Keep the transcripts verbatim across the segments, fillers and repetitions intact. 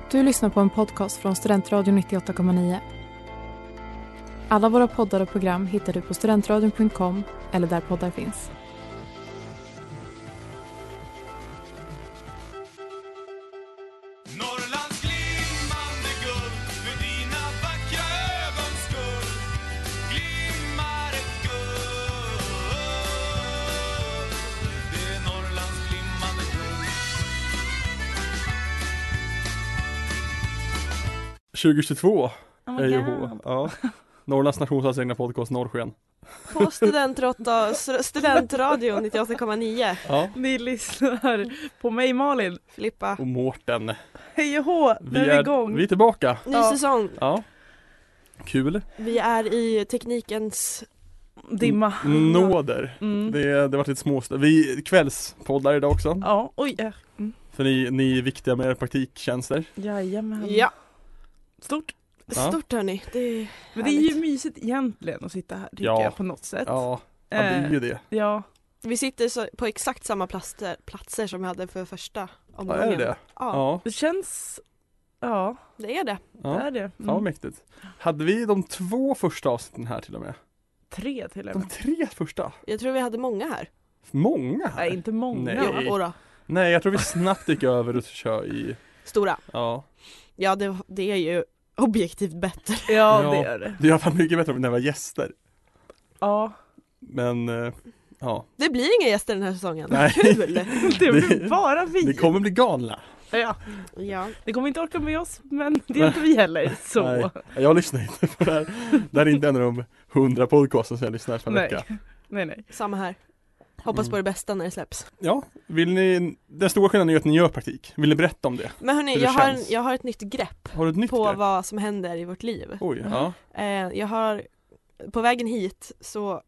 Du lyssnar på en podcast från Studentradion nittioåtta komma nio. Alla våra poddar och program hittar du på studentradion punkt com eller där poddar finns. Norrlands glimmande guld, för dina vackra ögons skull glimmar ett guld. Det är Norrlands glimmande guld. tjugohundratjugotvå Oh är my ju God. H. Ja. Norrlands nationals egna podcast Norrsken. På Studentrotto, Studentradio nittioåtta komma nio. Ja. Ni lyssnar på mig Malin. Filippa. Och Mårten. Hej och hå, Vi nu är vi är, igång. vi är tillbaka. Ny Ja. säsong. Ja. Kul. Vi är i teknikens... Dimma. N- Nåder. Mm. Det, det har varit lite små. Vi kvällspoddar idag också. Ja, oj. Ja. Mm. För ni, ni är viktiga med era praktiktjänster. Jajamän. Ja, Stort. Ja. stort hörni. Det är Men det är härligt. ju mysigt egentligen att sitta här tycker Ja. jag på något sätt. Ja, ja det är ju det. Ja. Vi sitter så, på exakt samma platser, platser som vi hade för första Ja, omgången. är det det? Ja, Ja. Det känns... Ja, det är det. det Ja. är det. Fan vad Mm. mäktigt. Hade vi de två första avsnitten här till och med? Tre till och De med. tre första? Jag tror vi hade många här. Många här? Nej, inte många. Nej. va? Jo, då. Nej, jag tror vi snabbt gick över och kör i... Stora. Ja. Ja, det, det är ju objektivt bättre. Ja, Ja. det är det. Det är i alla fall mycket bättre när vi var gäster. Ja. Men, eh, ja. Det blir inga gäster den här säsongen. Nej. Kul! Det blir Det- bara vi. Det kommer bli galna. Ja. Ja. Det kommer inte orka med oss, men det är inte vi heller. Så. Nej, jag lyssnar inte på det här. Det här är inte en av de hundra podcasten som jag lyssnar på Nej. vecka. Nej, nej. Samma här. Hoppas Mm. på det bästa när det släpps. Ja, vill ni, den stora skillnaden är ju att ni gör praktik. Vill ni berätta om det? Men hörni, Hur det jag har, en, känns. jag har ett nytt grepp Har du ett nytt på grepp? vad som händer i vårt liv. Oj, ja. Eh, jag har, på vägen hit så,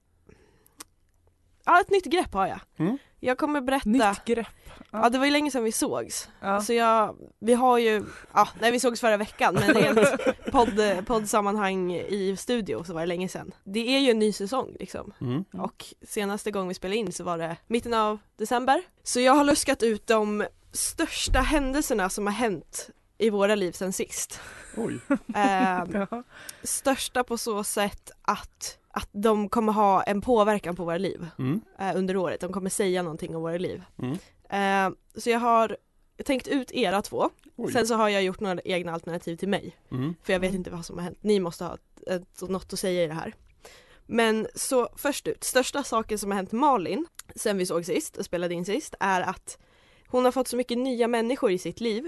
ja ett nytt grepp har jag. Mm. Jag kommer berätta, Nytt grepp. ja det var ju länge sedan vi sågs. Ja. Så jag, vi har ju, ja nej vi sågs förra veckan men rent podd, poddsammanhang i studio så var det länge sedan. Det är ju en ny säsong liksom. Mm. Och senaste gången vi spelade in så var det mitten av december. Så jag har luskat ut de största händelserna som har hänt i våra liv sedan sist. Oj. Eh, Ja. största på så sätt att, att de kommer ha en påverkan på våra liv Mm. eh, under året. De kommer säga någonting om våra liv. Mm. Eh, så jag har tänkt ut era två. Oj. Sen så har jag gjort några egna alternativ till mig. Mm. För jag vet inte vad som har hänt. Ni måste ha ett, ett, något att säga i det här. Men så först ut, största saken som har hänt Malin sen vi såg sist och spelade in sist är att hon har fått så mycket nya människor i sitt liv.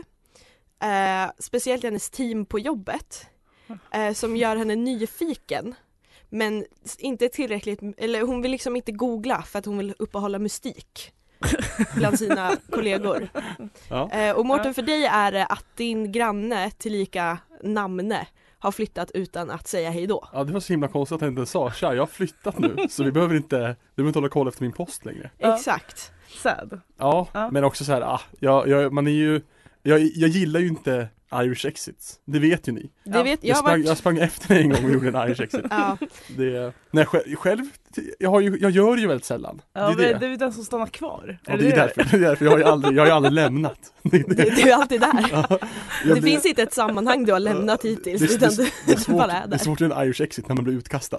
Eh, speciellt hennes team på jobbet eh, som gör henne nyfiken. Men inte tillräckligt, eller hon vill liksom inte googla för att hon vill uppehålla mystik bland sina kollegor. Ja. Eh, och Mårten, Ja. för dig är det att din granne tillika namne har flyttat utan att säga hej då. Ja, det var så himla konstigt att jag inte sa tja, jag har flyttat nu. Så vi behöver inte, du behöver inte hålla koll efter min post längre. Ja. Exakt. Sad. Ja, Ja. men också så här, ah, jag, jag, man är ju, jag, jag gillar ju inte Irish exits. Det vet ju ni. Det Ja. vet, jag Jag har sprang, varit... jag sprang efter en gång och gjorde en Irish exit. Ja, Det, nej, själv, själv jag, har ju, jag gör det ju väldigt sällan. Ja, det är men det. det är ju den som stannar kvar. Ja, det är därför, det är därför jag har ju aldrig, jag har ju aldrig lämnat. Det, du, du är alltid där. ja, Det finns inte ett sammanhang du har lämnat hittills, det, utan det, du, det, är du svårt, bara är det är där. svårt att göra en Irish exit när man blir utkastad.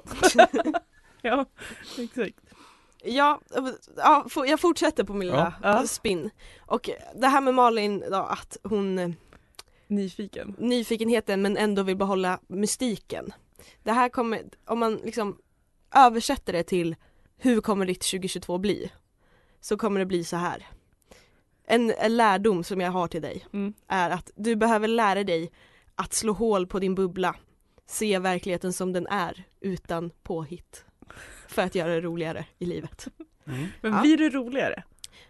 Ja, exakt. Ja, ja, f- jag fortsätter på min lilla Ja. spin. Och det här med Malin då, att hon eh, Nyfiken. nyfikenheten men ändå vill behålla mystiken. Det här kommer, om man liksom översätter det till hur kommer ditt tjugohundratjugotvå bli, så kommer det bli så här. En, en lärdom som jag har till dig Mm. är att du behöver lära dig att slå hål på din bubbla, se verkligheten som den är utan påhitt, för att göra det roligare i livet. Mm. Men Ja. blir det roligare?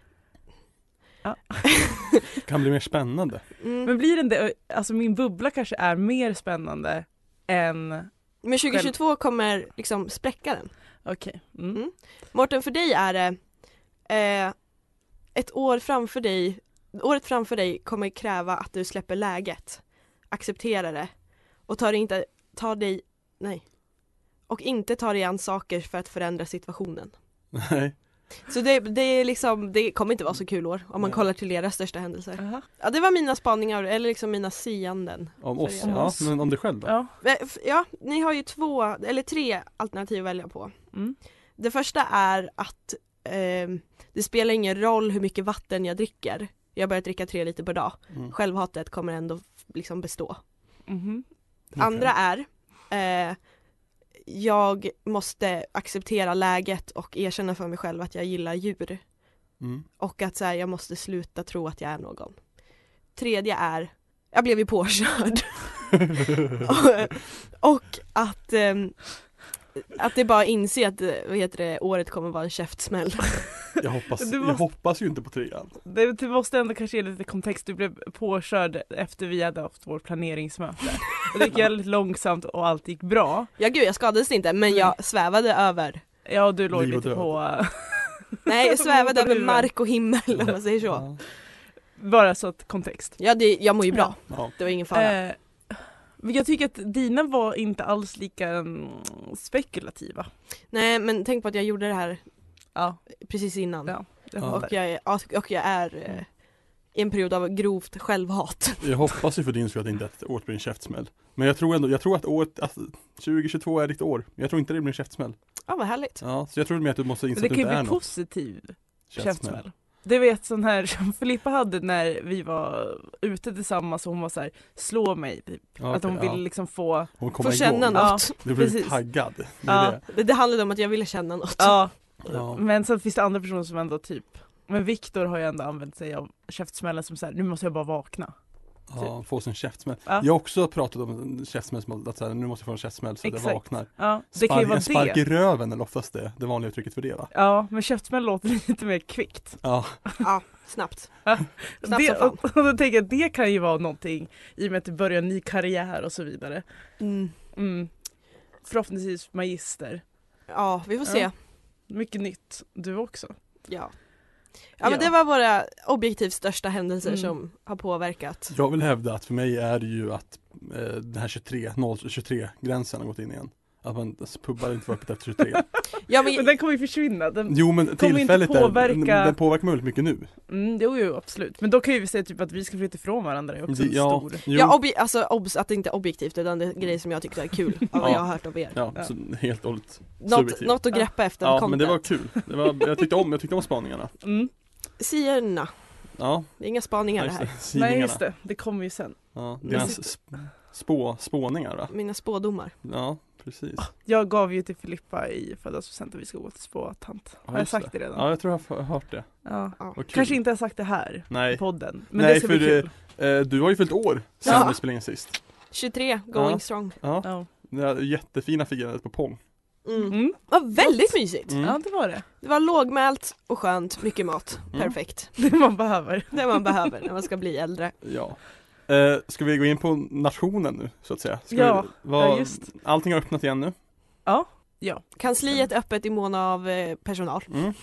Kan bli mer spännande. Mm. Men blir den det, alltså min bubbla kanske är mer spännande än, Men tjugohundratjugotvå kommer liksom spräcka den. okej. Mm. Mm. Mårten, för dig är det eh, ett år framför dig, året framför dig kommer kräva att du släpper läget, accepterar det och tar inte, tar dig, nej, och inte tar dig an saker för att förändra situationen. Nej. Så det, det är liksom, det kommer inte vara så kul år om man Nej. kollar till era största händelser. Aha. Ja, det var mina spaningar, eller liksom mina sianden. Om För oss, er. ja, oss. men om dig själv då? Ja. Men, f- Ja, ni har ju två, eller tre alternativ att välja på. Mm. Det första är att eh, det spelar ingen roll hur mycket vatten jag dricker. Jag börjar dricka tre liter per dag. Mm. Självhatet kommer ändå liksom bestå. Mhm. Andra är eh, jag måste acceptera läget och erkänna för mig själv att jag gillar djur. Mm. Och att så här, jag måste sluta tro att jag är någon. Tredje är, jag blev ju påkörd. och, och att, ehm, att det bara inse att vad heter det, året kommer vara en käftsmäll. Jag hoppas, Du jag måste- hoppas ju inte på trean. Det, det måste ändå kanske ge lite kontext. Du blev påkörd efter vi hade haft vårt planeringsmöte. Och det gick väldigt långsamt och allt gick bra. Ja gud, jag skadades inte men jag svävade över. Ja, du låg Liv och lite död. på... Nej, jag svävade över Motorhuven. mark och himmel om man säger så. Ja. Bara så att kontext. Ja, det, jag mår ju bra. Ja. Det var ingen fara. Eh, men jag tycker att dina var inte alls lika mm, spekulativa. Nej, men tänk på att jag gjorde det här Ja, precis innan. ja. Det Ja. Och, jag, är- och jag är eh, i en period av grovt självhat. Jag hoppas ju för din skull att det inte ett året blir en käftsmäll. Men jag tror ändå, jag tror att året, att tjugohitjugotvå är ditt år. Jag tror inte det blir en käftsmäll. Ja, vad härligt. Ja, så jag tror mer att du måste Men inse det att du kan ju inte är bli något positiv käftsmäll. käftsmäll. Det vet sån här som Filippa hade när vi var ute tillsammans och hon var så här, slå mig typ. Ja, Att hon okej, ville liksom få, ja. Hon Få kommer känna igång. något. Du blir precis. taggad. Det är Ja. det. Det, det handlade om att jag ville känna något. ja. Ja. Men sen finns det andra personer som ändå typ, men Viktor har ju ändå använt sig av käftsmällen som så här, nu måste jag bara vakna. Ja, få sig en käftsmäll. Ja. Jag har också pratat om en käftsmäll som att så här, nu måste jag få en käftsmäll så att Exakt. jag vaknar. Ja, det kan ju Spark, vara en spark i det. röven är oftast det, det vanliga uttrycket för det va? Ja, men käftsmäll låter lite mer kvickt. Ja, Ja, snabbt. Ja. Snabbt Det, som fan. och, och då tänker jag att det kan ju vara någonting i och med att du börjar en ny karriär och så vidare. Mm. Mm. Förhoppningsvis magister. Ja, vi får se. Ja. Mycket nytt. Du också. Ja. Ja, men Ja. det var våra objektivt största händelser Mm. som har påverkat. jag vill hävda att för mig är det ju att eh, den här tjugotre, noll tjugotre gränsen har gått in igen. Att man, alltså, pubbar inte var öppet efter tjugotre. Ja, Men men, den kommer ju försvinna. Den, Jo men Kommer inte tillfälligt är, påverka- den, den påverkar mig väldigt mycket nu. mm, jo, jo, absolut. Men då kan ju vi säga typ att vi ska flytta ifrån varandra. Det är också Det- en ja, stor. jo, ja, obje- alltså obs, att det inte är objektivt utan det är grejer som jag tyckte är kul av vad Ja. jag har hört av er. ja, Ja. så helt och hållet Något, subjektivt. något att greppa efter Ja content. men det var kul. Det var, jag tyckte om, jag tyckte om spaningarna. Mm. Sierna, Ja, det är inga spaningar ja, det just här. det. Sidningarna. Nej, just det. Det kommer ju sen. Ja, Men dina sitter- sp- spå, spåningar va? Mina spådomar. Ja, precis. Jag gav ju till Filippa i födelsedagspresent att vi ska gå till spåtant. Ja, Har jag just sagt det redan? Ja, jag tror jag har hört det. Ja. Ja. Vad kul. Kanske inte har sagt det här i Nej, podden. Men Nej, det ska för bli det- kul. eh, du har ju fyllt år sen Ja. vi spelade in sist. tjugotre, going Ja. strong. Ja, Ja. det är jättefina firandet på Pong. Mm. Mm. Det var väldigt mysigt. Mm. Ja, det var det. Det var lågmält och skönt, mycket mat. Mm. Perfekt. Det man behöver. Det man behöver när man ska bli äldre. Ja. Eh, ska vi gå in på nationen nu så att säga? Ska Ja, vi, vad, ja, just. Allting har öppnat igen nu. Ja, ja. Kansliet är öppet i mån av eh, personal. Mm.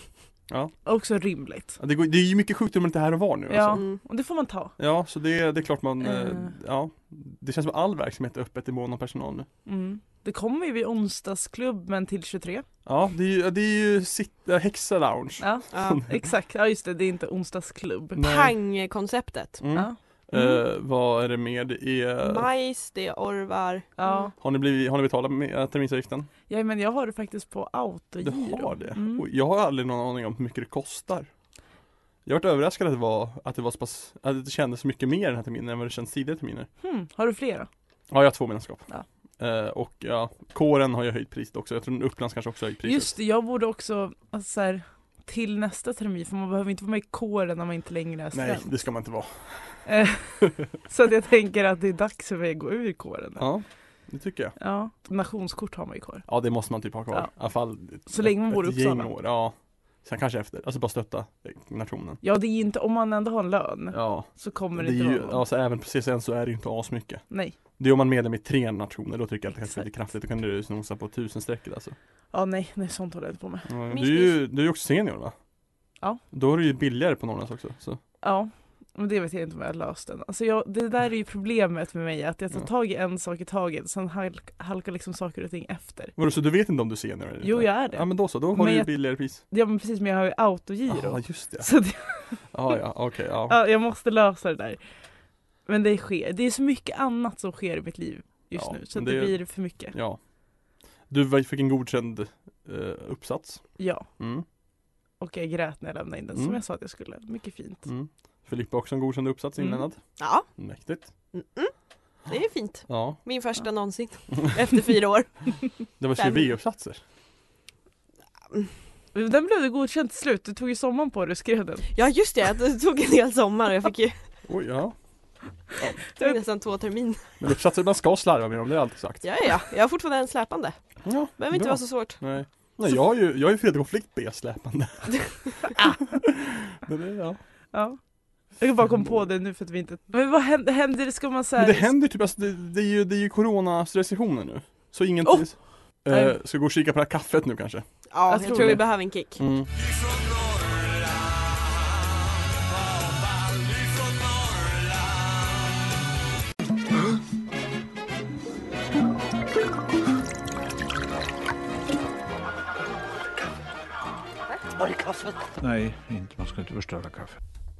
Också rimligt. Ja, det, går, det är ju mycket sjukdomar inte här och var nu Ja, alltså. Mm. och det får man ta. Ja, så det, det är klart man, eh, Eh. ja. Det känns som all verksamhet är öppet i mån av personal nu. Mm. Det kommer ju vid onsdagsklubben till tjugotre. Ja, det är ju, det är ju sitta, Hexa Lounge. Ja, Ja. exakt. Ja, just det. Det är inte onsdagsklubb. Nej. Pang-konceptet. Mm. Ja. Eh, vad är det mer? Det är... Majs, det är orvar. Ja. Har ni, blivit, har ni betalat med terminsavgiften? ja, men jag har det faktiskt på autogiro. Du har det? Mm. Och jag har aldrig någon aning om hur mycket det kostar. Jag har varit överraskad att det var, att det var så pass, att det kändes så mycket mer den här terminen än vad det känns tidigare terminer. Hmm. Har du flera? Ja, jag har två medlemskap. Ja. Eh, och ja, kåren har jag höjt priset också. Jag tror Upplands kanske också har höjt priset. Just det, jag borde också alltså, så här, till nästa termin, för man behöver inte vara med i kåren när man inte längre är Nej, student. det ska man inte vara. Eh, så att jag tänker att det är dags för mig att gå ur kåren. Ja, det tycker jag. Ja, nationskort har man ju kvar. Ja, det måste man typ ha kvar. Ja. I alla fall Så länge man bor i ett gäng Uppsala. år. Ja. Sen kanske efter, alltså bara stötta nationen. Ja, det är inte, om man ändå har en lön Ja, så kommer det det, är inte ju, vara någon. alltså även på C S N så är det ju inte asmycket. Nej. Det är om man är medlem i tre nationer, då tycker jag att det kanske är Exakt. lite kraftigt. Då kan du snosa på tusen strecket alltså. Ja, nej, nej, sånt håller jag inte på med. Ja, Mys, du är ju du är ju också senior va? Ja. Då är det ju billigare på Norrlands också. Så. Ja, Men det vet jag inte om jag har löst den. Alltså jag, det där är ju problemet med mig, att jag tar Ja. tag i en sak i taget, sen halk, halkar liksom saker och ting efter. Vadå, så du vet inte om du ser nu? eller Jo, inte? jag är det. Ja men då så, då har Men du ju jag- billigare pris. Ja men precis, men jag har ju autogiro. Ja just det. Så det, Ja ja, okej ja. ja, jag måste lösa det där. Men det sker. Det är så mycket annat som sker i mitt liv just Ja, nu, så men det, det- blir för mycket. Ja. Du var- fick en godkänd eh, uppsats. Ja, Mm. och jag grät när jag lämnade in den, Mm. som jag sa att jag skulle. Mycket fint. Mm. Filippa också en godkänd uppsats Mm. inlämnad. Ja, Mäktigt. mm-mm. Det är fint. Ja. Min första någonsin. Efter fyra år. Det var Fem. C V-uppsatser. Den blev det godkänt till slut. Du tog ju sommaren på det och skrev den. Ja just det, det tog en hel sommar. Jag fick ju Oj ja. det tog nästan två termin. Men uppsatser man ska slarva med dem, det har jag alltid sagt. Ja, ja, jag har fortfarande en släpande. Ja, Behöver inte bra. vara så svårt. Nej. Nej, jag har ju, jag har ju Fredrik konflikt B-släpande. Men det, ja. Ja. Jag kan bara komma på det nu för att vi inte... Men vad händer? händer det ska man säga? Men det händer ju typ, alltså, det, det är ju, det är ju coronarestriktioner nu. Så ingen Oh! tid. Eh, ska gå och kika på det här kaffet nu kanske. Ja, jag, tror tror det. vi behöver en kick. Mm. Ifrån Norrland, Bald ifrån Norrland. Nej, inte, man ska inte förstöra kaffe.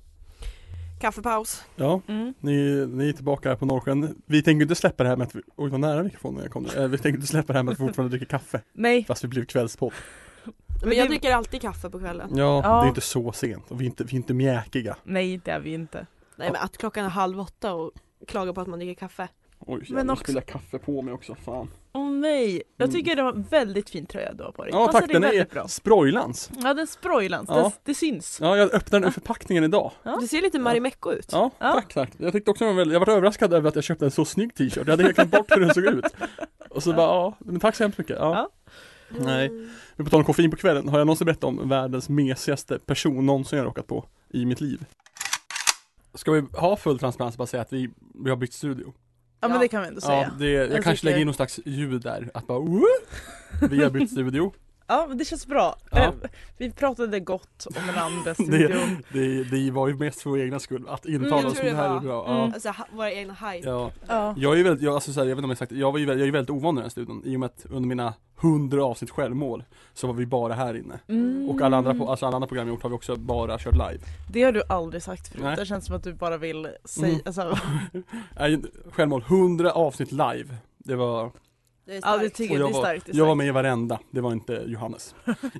Kaffepaus. Ja, Mm. ni, ni är tillbaka här på Norrsken. Vi tänker inte släppa det här med att vi, oj vad nära mikrofonen jag kom nu. Eh, Vi tänker inte släppa det här med att vi fortfarande dricker kaffe. Nej. Fast vi blev kvällspodd. Men jag det- dricker alltid kaffe på kvällen. Ja, Ja. det är inte så sent. Och vi är inte, vi är inte mjäkiga. Nej, det är vi inte. Nej men att klockan är halv åtta och klaga på att man dricker kaffe. Oj, Men men också- också... spilla kaffe på mig också, fan. Åh nej. Jag Mm. tycker det var väldigt fin tröja du har på dig. Ja Passar tack, dig den väldigt är bra. sprojlans. Ja, den sprojlans. Ja. Det, det syns. Ja, jag öppnade den ur förpackningen idag. Ja. Det ser lite Marimekko ut. Ja, Ja. tack tack. Jag tyckte också, jag var överraskad över att jag köpte en så snygg t-shirt. Jag hade helt glömt bort hur den såg ut. Och så bara, ja, men tack så hemskt mycket. Ja. Ja. Nej. Mm. Men på tal om koffein på kvällen, har jag någonsin berättat om världens mesigaste person någonsin jag råkat på i mitt liv? Ska vi ha full transparens och bara säga att vi, vi har bytt studio? Ja, men Ja. det kan vi ändå Ja, säga. det, jag, Jag kanske tycker- lägger in någon slags ljud där, att bara Woo! Vi har bytt studio. Ja, men det känns bra. Ja. Eh, Vi pratade gott om den andra studion. Det, det var ju mest för vår egna skull, att Mm, intala jag oss tror som det det här var. är bra. Mm. Ja. Alltså ha, våra egna hype. Ja. Ja. Jag är ju väldigt, jag, alltså, så här, jag vet inte om jag sagt, jag var ju väldigt, jag är väldigt ovan i den här studion i och med att under mina hundra avsnitt självmål så var vi bara här inne. Mm. Och alla andra, på, alltså alla andra program jag gjort har vi också bara kört live. Det har du aldrig sagt förut. Nej. Det känns som att du bara vill säga... Mm. Alltså, Nej, självmål, hundra avsnitt live. Det var, Det är ja, det starkt. tycker och jag jag det är var, starkt. Det är jag var starkt. med i varenda, det var inte Johannes.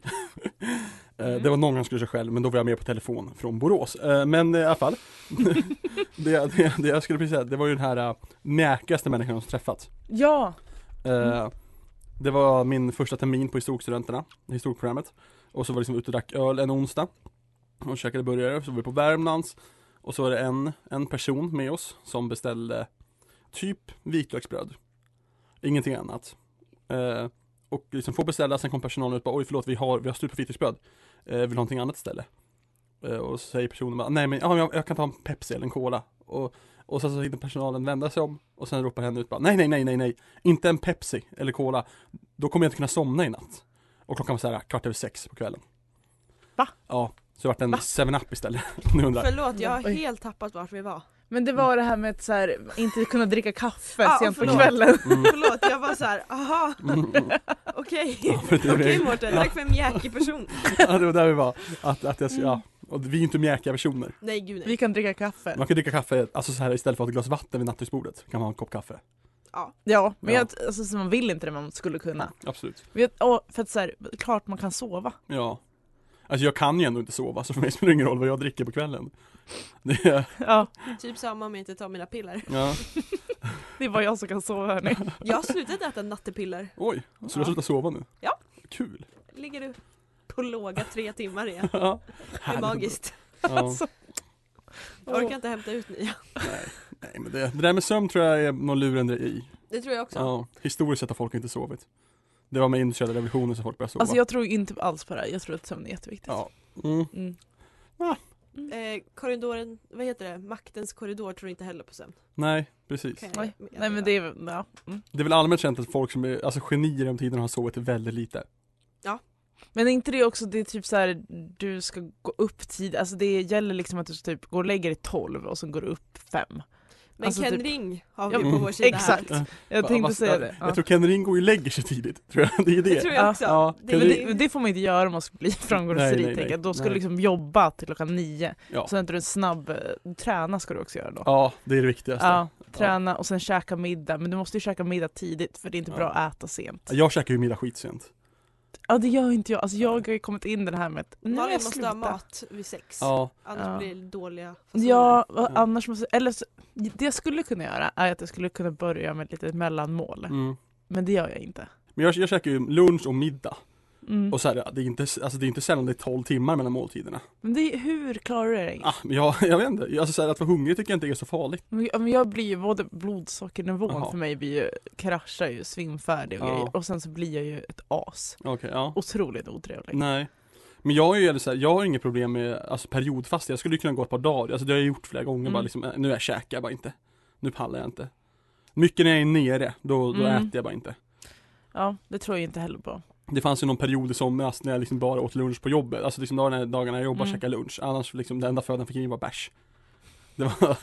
Eh, Mm. Det var någon som skulle köra själv, men då var jag med på telefon från Borås. Eh, Men i alla fall, det, det, det jag skulle precis säga, det var ju den här äh, mjäkigaste människan som träffat. Ja. Eh, Det var min första termin på historikstudenterna, historikprogrammet. Och så var det liksom ute och drack öl en onsdag och käkade burgare, så var vi på Värmlands. Och så var det en, en person med oss som beställde typ vitlöksbröd. Ingenting annat. Eh, och liksom får beställa, sen kom personalen ut och bara, oj förlåt, vi har, vi har slut på vitlöksbröd. Eh, vill ha någonting annat istället? Eh, och så säger personen bara, nej men ja, jag, jag kan ta en Pepsi eller en Cola. Och, och sen så fick personalen vända sig om och sen ropar henne ut bara, nej nej nej nej nej, inte en Pepsi eller Cola. Då kommer jag inte kunna somna i natt. Och klockan var så här kvart över sex på kvällen. Va? Ja, så det vart en Va? seven up istället. Om ni undrar. Förlåt, jag har Oj. helt tappat vart vi var. Men det var det här med att så här, inte kunna dricka kaffe Ja, sent på förlåt. kvällen. Mm. Förlåt, jag var så här, aha, Mm, mm. okej. Ja, för det- Okej Mårten, tack för en mjäkig person. Ja, det var där vi var. Att, att jag, ja. Och vi är ju inte mjäkiga personer. Nej gud nej. Vi kan dricka kaffe. Man kan dricka kaffe, alltså så här istället för att ha ett glas vatten vid nattduksbordet kan man ha en kopp kaffe. Ja. Ja, men Ja. Jag, alltså, så man vill inte det, man skulle kunna. Absolut. Men jag- åh, för att så här, klart man kan sova. Ja. Alltså jag kan ju ändå inte sova, så för mig spelar det ingen roll vad jag dricker på kvällen. Det är, Ja, Typ samma om jag inte tar mina piller. ja. det är bara jag som kan sova, hörni. Jag har slutat äta nattepiller. Oj, så du har slutat sova nu? Ja. Kul. Ligger du på låga tre timmar igen. Ja. Det är magiskt. Ja. Alltså. Jag orkar inte hämta ut nya. Nej men det, det där med sömn tror jag är någon lurendrejeri. Det tror jag också. Ja. Historiskt sett har folk inte sovit. Det var med industriella revolutionen som folk började sova. Alltså jag tror inte alls på det här. Jag tror att sömn är jätteviktigt. Ja. Mm. Mm. Eh, korridoren, vad heter det? Maktens korridor tror inte heller på sömn. Nej, precis. Kan jag Nej. meddela. Nej men det är ja. Mm. Det är väl allmänt känt att folk som är alltså, genier om tiden har sovit väldigt lite. Ja. Men är inte det också, det är typ så här, du ska gå upp tid, alltså det gäller liksom att du ska typ gå och lägga dig tolv och sen går du upp fem. Men Alltså Ken typ- Ring har vi Ja, på vår sida exakt. här. Jag Va- tänkte va- säga jag, det. Jag Ja. tror Ken Ring går ju lägger sig tidigt, tror jag. Det är det. Det tror jag Ja. också. Ja, Det, Ken Men Ring- det, det får man inte göra om man ska bli framgångsrik. Nej, nej, tänker jag. nej. Då ska Nej. du liksom jobba till klockan nio. Ja. Sen är du en snabb, eh, träna ska du också göra då. ja, det är det viktigaste. Ja, träna och sen käka middag. Men du måste ju käka middag tidigt för det är inte Ja. bra att äta sent. Jag käkar ju middag skitsent. Ja, det gör inte jag. Alltså jag har ju kommit in i det här med att nu vill Malin jag måste sluta. ha mat vid sex. Ja, Annars Ja. blir det dåliga fasoner. Ja, och annars måste, eller så, det jag skulle kunna göra är att jag skulle kunna börja med ett litet mellanmål. mm. Men det gör jag inte. Men jag, jag käkar ju lunch och middag. Mm. Och så här, det är inte, alltså det är inte sällan det är tolv timmar mellan måltiderna. Men det är, hur klarar du det? Ah, men jag, jag vet inte, alltså så här, att vara hungrig tycker jag inte är så farligt. Men jag- men jag blir ju, både blodsockernivån Jaha. för mig blir ju, kraschar ju, svimfärdig och Ja. grejer. Och sen så blir jag ju ett as. Okej, ja. Otroligt otrevlig. Nej. Men jag är ju så här, jag har inget problem med alltså, periodfast. Jag skulle ju kunna gå ett par dagar. Alltså det har jag gjort flera gånger. Mm. Bara liksom, eh, nu är jag käkar jag bara inte. Nu pallar jag inte. Mycket när jag är nere, då, då Mm. äter jag bara inte. Ja, det tror jag inte heller på. Det fanns ju någon period i somras när jag liksom bara åt lunch på jobbet. Alltså liksom dagarna, dagarna jag jobbar Mm. käkar lunch. Annars liksom det enda födan fick in var bärs. Det var...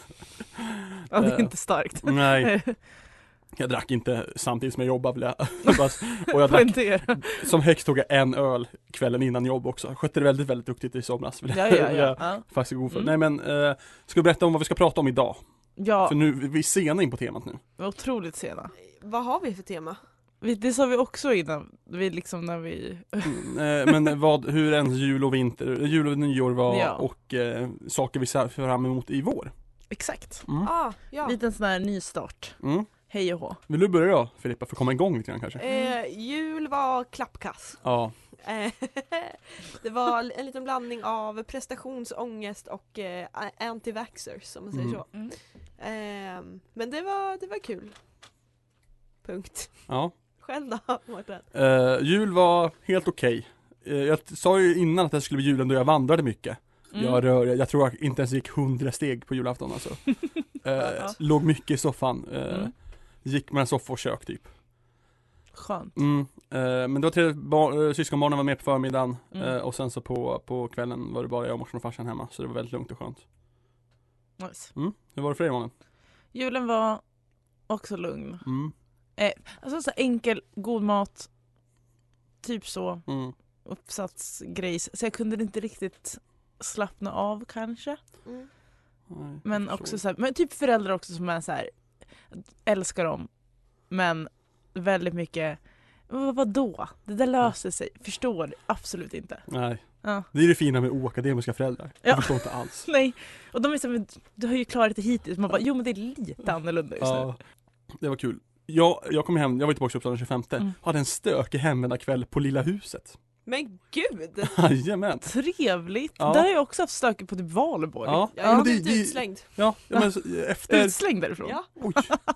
Ja, det är Eh, inte starkt. Nej, jag drack inte samtidigt som jag jobbade vill jag. Och jag drack, Poängtera. som högst tog jag en öl kvällen innan jobb också. Skötte det väldigt, väldigt duktigt i somras. Vill Ja, jag- ja, vill ja. jag ja. faktiskt gå för. Mm. Nej men, eh, ska du berätta om vad vi ska prata om idag? Ja, För nu, vi är sena in på temat nu. vi var otroligt sena. Vad har vi för tema? Vi, det sa vi också innan, vi liksom när vi... Mm, eh, men vad, hur ens jul och vinter, jul och nyår var Ja. och eh, saker vi ser fram emot i vår. Exakt. Mm. Ah, ja. Liten sån här nystart. Mm. Hej och hå. Vill du börja då, Filippa, för att komma igång lite grann kanske? Eh, jul var klappkass. Ja, Eh, det var en liten blandning av prestationsångest och eh, anti-vaxxers som man säger Mm. så. Mm. Eh, men det var, det var kul. Punkt. ja. Själv då, Martin? Eh, jul var helt okej. Eh, jag sa ju innan att det skulle bli julen då jag vandrade mycket. Mm. Jag, rör, jag tror jag inte ens gick hundra steg på julafton alltså. eh, Ja. Låg mycket i soffan. Eh, Mm. Gick mellan soffa och kök typ. Skönt. Mm. Eh, men det var tre bar- eh, syskonbarnen var med på förmiddagen. Mm. Eh, och sen så på, på kvällen var det bara jag och morsan och farsan hemma. Så det var väldigt lugnt och skönt. Nice. Mm. Hur var det för dig, Malin? Julen var också lugn. Mm. Alltså så enkel, god mat. Typ så. Mm. Uppsatsgrejs. Så jag kunde inte riktigt slappna av kanske. Mm. Nej, jag Men förstår. också så här, men typ föräldrar också som är så här, älskar dem. Men väldigt mycket, vad, vadå? Det där löser sig. Förstår absolut inte. Nej. Ja. Det är det fina med oakademiska föräldrar. Ja. Jag förstår inte alls. Nej. Och de är så här, men du har ju klarat det hittills. Man bara, jo men det är lite annorlunda just nu. Ja, det var kul. Jag, jag kom hem, jag var tillbaka i Uppsala den tjugofemte. Mm. Hade en stökig hemvändarkväll på Lilla huset. Men gud! Jajamän. Trevligt. Ja. Där har jag också haft stökigt på typ Valborg. Ja, Jag har men blivit det- det- utslängd. Ja, ja men så- efter... Utslängd därifrån. Ja. Oj.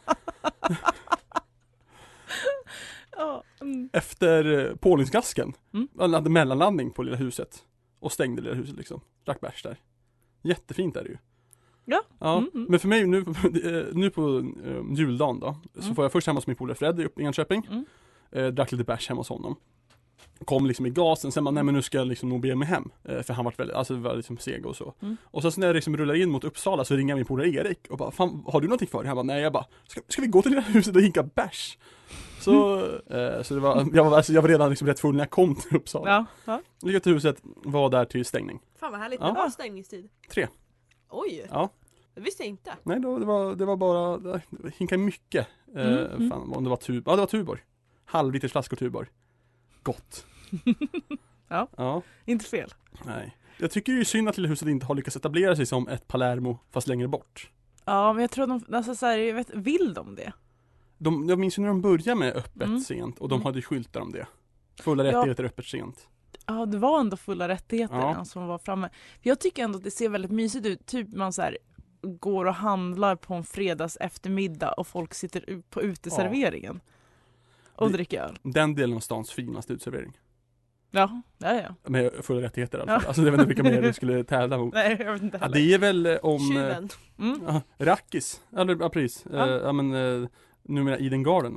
Ja, mm. Efter eh, Pålingsgasken. Mm. Han hade mellanlandning på Lilla huset. Och stängde Lilla huset liksom. Drack bärs där. Jättefint är det ju. Ja. Ja, Mm, mm. men för mig nu, eh, nu på eh, juldagen då. Så Mm. får jag först hemma hos min polare Fred uppe i Enköping. Mm. Eh, drack lite bärs hemma hos honom. Kom liksom i gasen, sen bara, nej men nu ska jag liksom nog be mig hem. Eh, för han var väldigt, alltså var liksom seg och så. Mm. Och sen så när jag liksom rullar in mot Uppsala så ringer min polare Erik och bara, fan har du någonting för dig? Han bara, nej jag bara, ska, ska vi gå till Lilla huset och hinka bärs? Så, eh, så det var, jag var, alltså, jag var redan liksom rätt full när jag kom till Uppsala. Ja. Ja. Gick till huset, var där till stängning. Fan vad härligt. Ja. Vad var stängningstid? Tre. Oj, Ja. det visste jag inte. Nej, då, det, var, det var bara, det hinkade mycket. Eh, Mm, mm. Fan, om det var Tuborg. Ja, det var Tuborg. Halvliters flaskor Tuborg. Gott. Ja. Ja, Inte fel. nej. Jag tycker ju det är synd att Lilla huset inte har lyckats etablera sig som ett Palermo fast längre bort. Ja, men jag tror att de, alltså så här, jag vet, vill de det? De, jag minns ju när de började med öppet Mm. sent och de Mm. hade ju skyltar om det. Fulla Ja. rättigheter öppet sent. Ja, det var ändå fulla rättigheter Ja. som var framme. Jag tycker ändå att det ser väldigt mysigt ut. Typ man så här går och handlar på en fredags eftermiddag och folk sitter ut på uteserveringen. Och Det- dricker öl. Den delen av stans finaste utservering. Ja, ja, ja. Med fulla rättigheter i alla Ja. fall. Alltså jag vet inte vilka mer vi skulle tävla mot. Nej, jag vet inte Ja, heller. det är väl eh, om... eh, Tjuven. Mm. Ja, Rackis, eller ja, precis. Ja. Eh, ja men eh, numera Eden Garden va?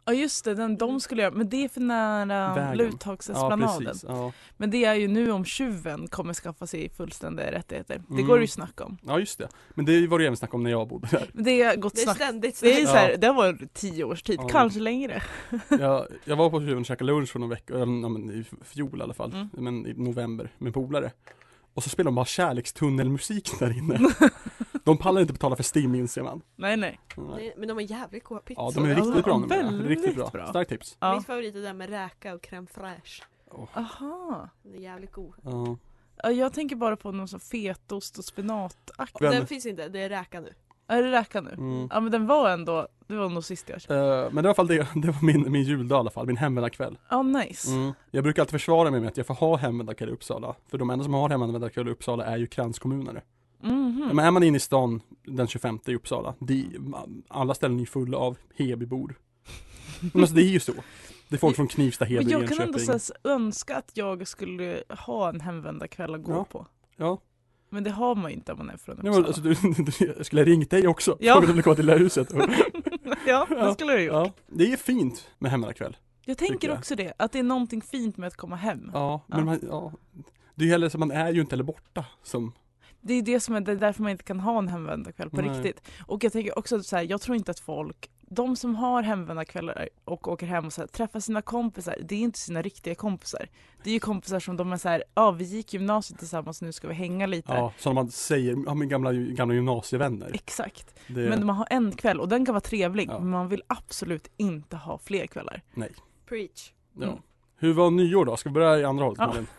Ja just det, den, de skulle göra, men det är för nära Vägen. Luthagsesplanaden. Ja, precis. Ja. Men det är ju nu om tjuven kommer skaffa sig fullständiga rättigheter. Det Mm. går det ju snack om. ja, just det. Men det var det även snack om när jag bodde där. Men det har gått Det är snack. ständigt Det är snack. så här, Ja. det var tio års tid, Ja. kanske längre. Jag, jag var på tjuven och käkade lunch för någon vecka, ja, men i fjol i alla fall, Mm. men i november med polare. Och så spelade de bara kärlekstunnelmusik där inne. De pallar inte betala för Steam, inser man. Nej nej. Nej. Nej, men de är jävligt goda pizzor. Ja, de är Ja, riktigt bra ja, numera. väldigt Riktigt bra. bra. Starkt tips. Ja. Min favorit är den med räka och crème fraîche. Aha. Den är jävligt god. Ja. Ja, jag tänker bara på någon som fetost och spinataktigt. Men- Den finns inte, det är räka nu. Är det räka nu? Mm. Ja men den var ändå, det var nog sist jag köpte. Eh, men det var i alla fall det, det var min, min juldag i alla fall, min hemvändarkväll. Ja nice. Mm. Jag brukar alltid försvara mig med att jag får ha hemvändarkväll i Uppsala. För de enda som har hemvändarkväll i Uppsala är ju kranskommunare. Mhm. Men är man inne i stan den tjugofemte i Uppsala, de, alla ställen är fulla av Hebybor. Men alltså det är ju så. Det är folk från Knivsta, Heby, Men jag kan ändå Enköping. så här, önska att jag skulle ha en hemvändarkväll att gå Ja. på. Ja, Men det har man ju inte om man är från Nej, Uppsala. men, alltså, du, du, jag skulle ha ringt dig också. Ja. Frågat om du ville komma till det här huset. ja, det skulle jag ju. Ja, det är fint med hemvändarkväll. Jag tänker jag. också det, att det är någonting fint med att komma hem. Ja, men Ja. Man, ja. Det är ju heller så man är ju inte heller borta som. Det är det som är det är därför man inte kan ha en hemvändarkväll på Nej. riktigt. Och jag tänker också så här, jag tror inte att folk, de som har hemvändarkvällar och åker hem och så här, träffar sina kompisar, det är inte sina riktiga kompisar. Det är ju kompisar som de är så här, ja vi gick gymnasiet tillsammans, nu ska vi hänga lite. Ja, som man säger, ja men gamla, gamla gymnasievänner. Exakt. Det, Men man har en kväll och den kan vara trevlig, Ja. men man vill absolut inte ha fler kvällar. Preach. ja. Mm. Hur var nyår då? Ska vi börja i andra hållet? Ja. Malin?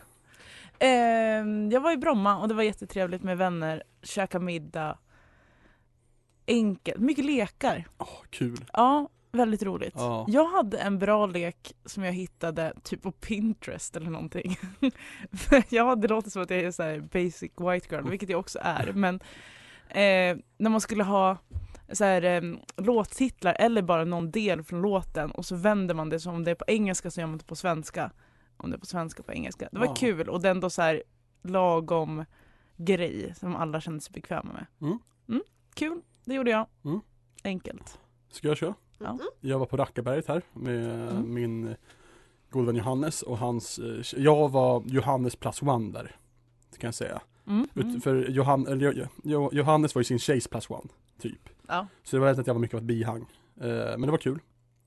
Ehm, jag var i Bromma och det var jättetrevligt med vänner, käka middag, enkelt, mycket lekar. Åh, kul. Ja, väldigt roligt. Ja. Jag hade en bra lek som jag hittade typ på Pinterest eller någonting. jag hade det låter som att jag är så här basic white girl, vilket jag också är. Men eh, när man skulle ha så här, eh, låttitlar eller bara någon del från låten och så vänder man det som om det är på engelska så gör man det på svenska. Om det är på svenska på engelska. Det var Ja. kul och det är ändå så här lagom grej som alla kände sig bekväma med. Mm. Mm, kul, det gjorde jag. Mm. Enkelt. Ska jag köra? Ja. Mm. Jag var på Rackaberget här med Mm. min god vän Johannes och hans, eh, jag var Johannes plus one där, kan jag säga. Mm. Ut, Mm. för Johan, eller, Jo- Jo- Johannes var ju sin tjejs plus one, typ. Ja. Så det var helt att jag var mycket av ett bihang. Eh, men det var kul.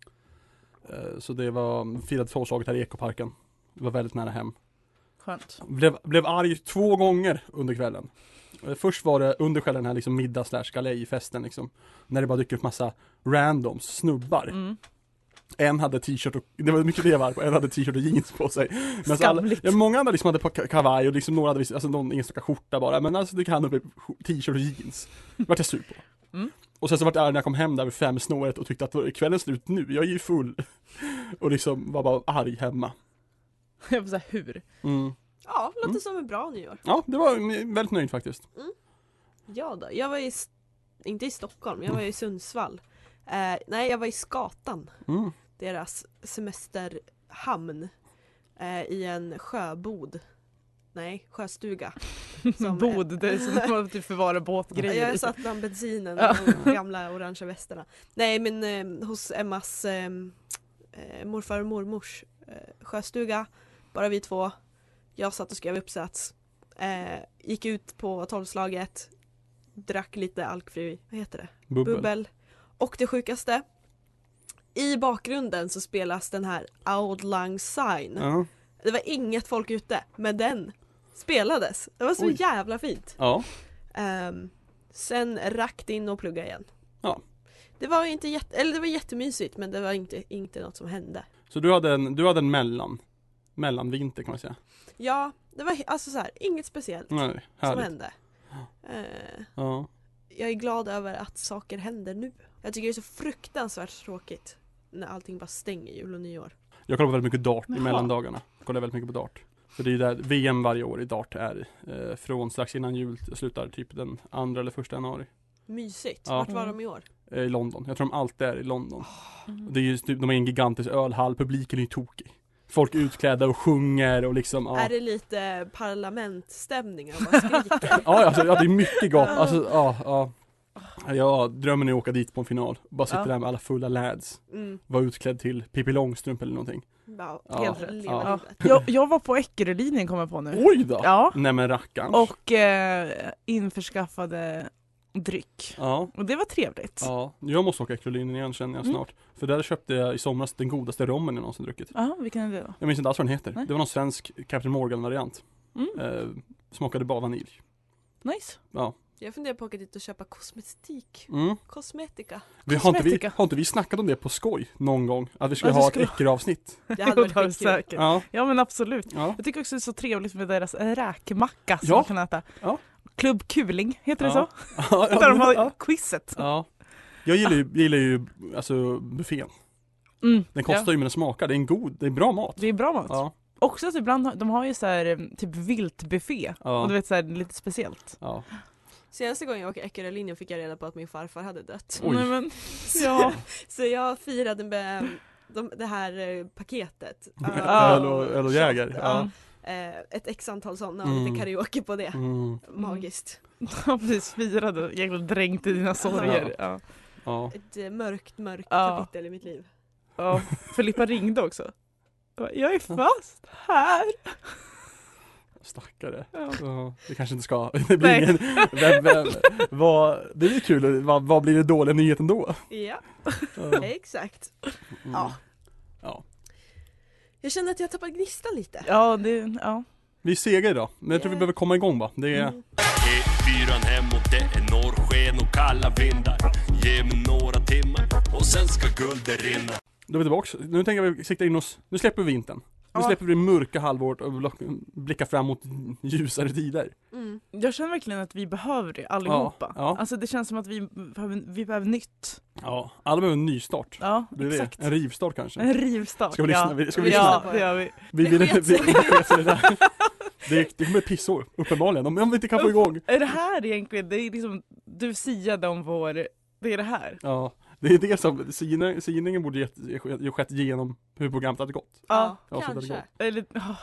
Eh, så det var, firade tolvslaget här i Ekoparken. Det var väldigt nära hem. Skönt. Blev, blev arg två gånger under kvällen. Eh, Först var det under kvällen här liksom middag slash galejfesten liksom. När det bara dyker upp massa randoms, snubbar. Mm. En hade t-shirt och, det var mycket det jag var på, en hade t-shirt och jeans på sig. Men alltså alla, Skamligt. ja, många andra liksom hade på ka- kavaj och liksom några hade visst, alltså någon enstaka skjorta bara. Men alltså det kan ha blivit t-shirt och jeans. Det vart jag sur på. Mm. Och sen så vart jag arg när jag kom hem där vid fem snåret och tyckte att är kvällen slut nu, jag är ju full. Och liksom var bara arg hemma. Jag får säga hur. Mm. Ja, låter Mm. som en bra nyår. Ja, det var mm, väldigt nöjd faktiskt. Ja då, jag var i, S- inte i Stockholm, jag var i Sundsvall. Eh, nej, jag var i Skatan, Mm. deras semesterhamn. Eh, I en sjöbod. Nej, sjöstuga. Som- Bod, det är som att typ förvara båtgrejer. Jag satt bland bensinen Ja. och de gamla orangea västarna. Nej, men eh, hos Emmas eh, eh, morfar och mormors eh, sjöstuga. Bara vi två. Jag satt och skrev uppsats. Eh, gick ut på tolvslaget. Drack lite alkfri, vad heter det? Bubbel. Bubbel. Och det sjukaste. I bakgrunden så spelas den här Auld Lang Syne. Ja. Det var inget folk ute, men den spelades. Det var så Oj. jävla fint. Ja. Um, sen rakt in och plugga igen. Ja. Det var inte jätte, eller det var jättemysigt, men det var inte, inte något som hände. Så du hade en, du hade en mellan, mellanvinter kan man säga. Ja, det var alltså så här, inget speciellt Nej, som härligt. hände. Eh, Ja. jag är glad över att saker händer nu. Jag tycker det är så fruktansvärt tråkigt när allting bara stänger jul och nyår. Jag kollar väldigt mycket dart i Jaha. mellandagarna. Jag kollar väldigt mycket på dart. För det är ju där V M varje år i dart är. Eh, från strax innan jul slutar typ den andra eller första januari. Mysigt. Ja. Vart var de i år? Eh, I London. Jag tror de alltid är i London. Mm. Det är ju typ, de är en gigantisk ölhall. Publiken är ju tokig. Folk är utklädda och sjunger och liksom, ja. Är det lite parlamentstämning och bara skriker? Ja, alltså, ja, det är mycket gap. Alltså, ja, ja. Ja, drömmen är att åka dit på en final. Bara sitta Ja. där med alla fulla lads. Mm. Vara utklädd till Pippi Långstrump eller någonting. Ja, Ja. Helt rätt. leva Ja. livet. Jag, jag var på Eckerölinjen kommer jag på nu. Oj då! Ja. Nej men rackarns. Och eh, införskaffade dryck. Ja, Och det var trevligt. ja. Jag måste åka Eckerölinjen igen känner jag Mm. snart. För där köpte jag i somras den godaste rommen jag någonsin druckit. Ja, vilken är det då? Jag minns inte alls vad den heter. Nej. Det var någon svensk Captain Morgan-variant. Mm. Eh, smakade bara vanilj. Nice. Ja. Jag funderar på att åka dit och köpa kosmetik. Mm. Kosmetika. Vi, har, inte vi, Kosmetika. har inte vi snackat om det på skoj någon gång? Att vi skulle Att vi ha skulle- ett Ecker-avsnitt? Det hade Jo, varit det har vi skitkul. säkert. Ja. Ja men absolut. Ja. Jag tycker också det är så trevligt med deras räkmacka som Ja. man kan äta. Ja. Klubb Kuling, heter det Ja. så? Ja, Där de har ja. quizet. Ja. Jag gillar ju, jag gillar ju alltså buffén. Mm. Den kostar Ja. ju men den smakar. Det är en god, det är bra mat. Det är bra mat. Ja. Också att ibland har, de har ju så här eh, typ viltbuffé. Ja. Och du vet så här, lite speciellt. Ja. Senaste gången jag åkte Eckerölinjen fick jag reda på att min farfar hade dött. Oj. Nej, men, ja. Så jag firade med de, det här eh, paketet. Ja. Öl och, öl och jäger. Ja. Eh, ett x antal sådana och Mm. lite karaoke på det. Mm. Magiskt. Ja, precis. Firade. Jäkla dränkt i dina sorger. Ja. Ja. Ett eh, mörkt, mörkt Ja. kapitel i mitt liv. Ja. Filippa ringde också. Jag bara, Jag är fast här. Stackare. Ja. Ja, det kanske inte ska. Det blir Nej. ingen, vem, vem, vad, det är ju kul. Vad, vad blir det dåliga nyheten då? Ja, Ja. exakt. Mm. Ja. Ja. Jag känner att jag har tappat gnistan lite. Ja, det, ja. Vi är sega idag, men jag tror vi Yeah. behöver komma igång va? Det är, Mm. E fyran hemåt, det är norrsken och kalla vindar. Ge mig några timmar och sen ska guldet rinna. då är vi tillbaka. Nu tänker vi sikta in oss, nu släpper vi vintern. Nu Ja. släpper vi det mörka halvåret och block- blickar fram mot ljusare tider. Mm. Jag känner verkligen att vi behöver det allihopa. Ja, ja. Alltså det känns som att vi behöver, vi behöver nytt. Ja, alla behöver en nystart. Ja, Det är exakt. det. En rivstart kanske. En rivstart. Ska vi lyssna? Ja, Vi- ska vi lyssna ja på det det? gör vi. Vi Det vill sket vi, sig. vi sket sig det där. Det, det kommer pissor, uppenbarligen. Om, om vi inte kan få igång. Är det här egentligen, det är liksom, du siade om vår, det är det här. Ja, det är det som, signingen, signingen borde gett, ge- skett genom hur programmet hade gått. Ja, Ja, så det kanske. går. Eller, oh.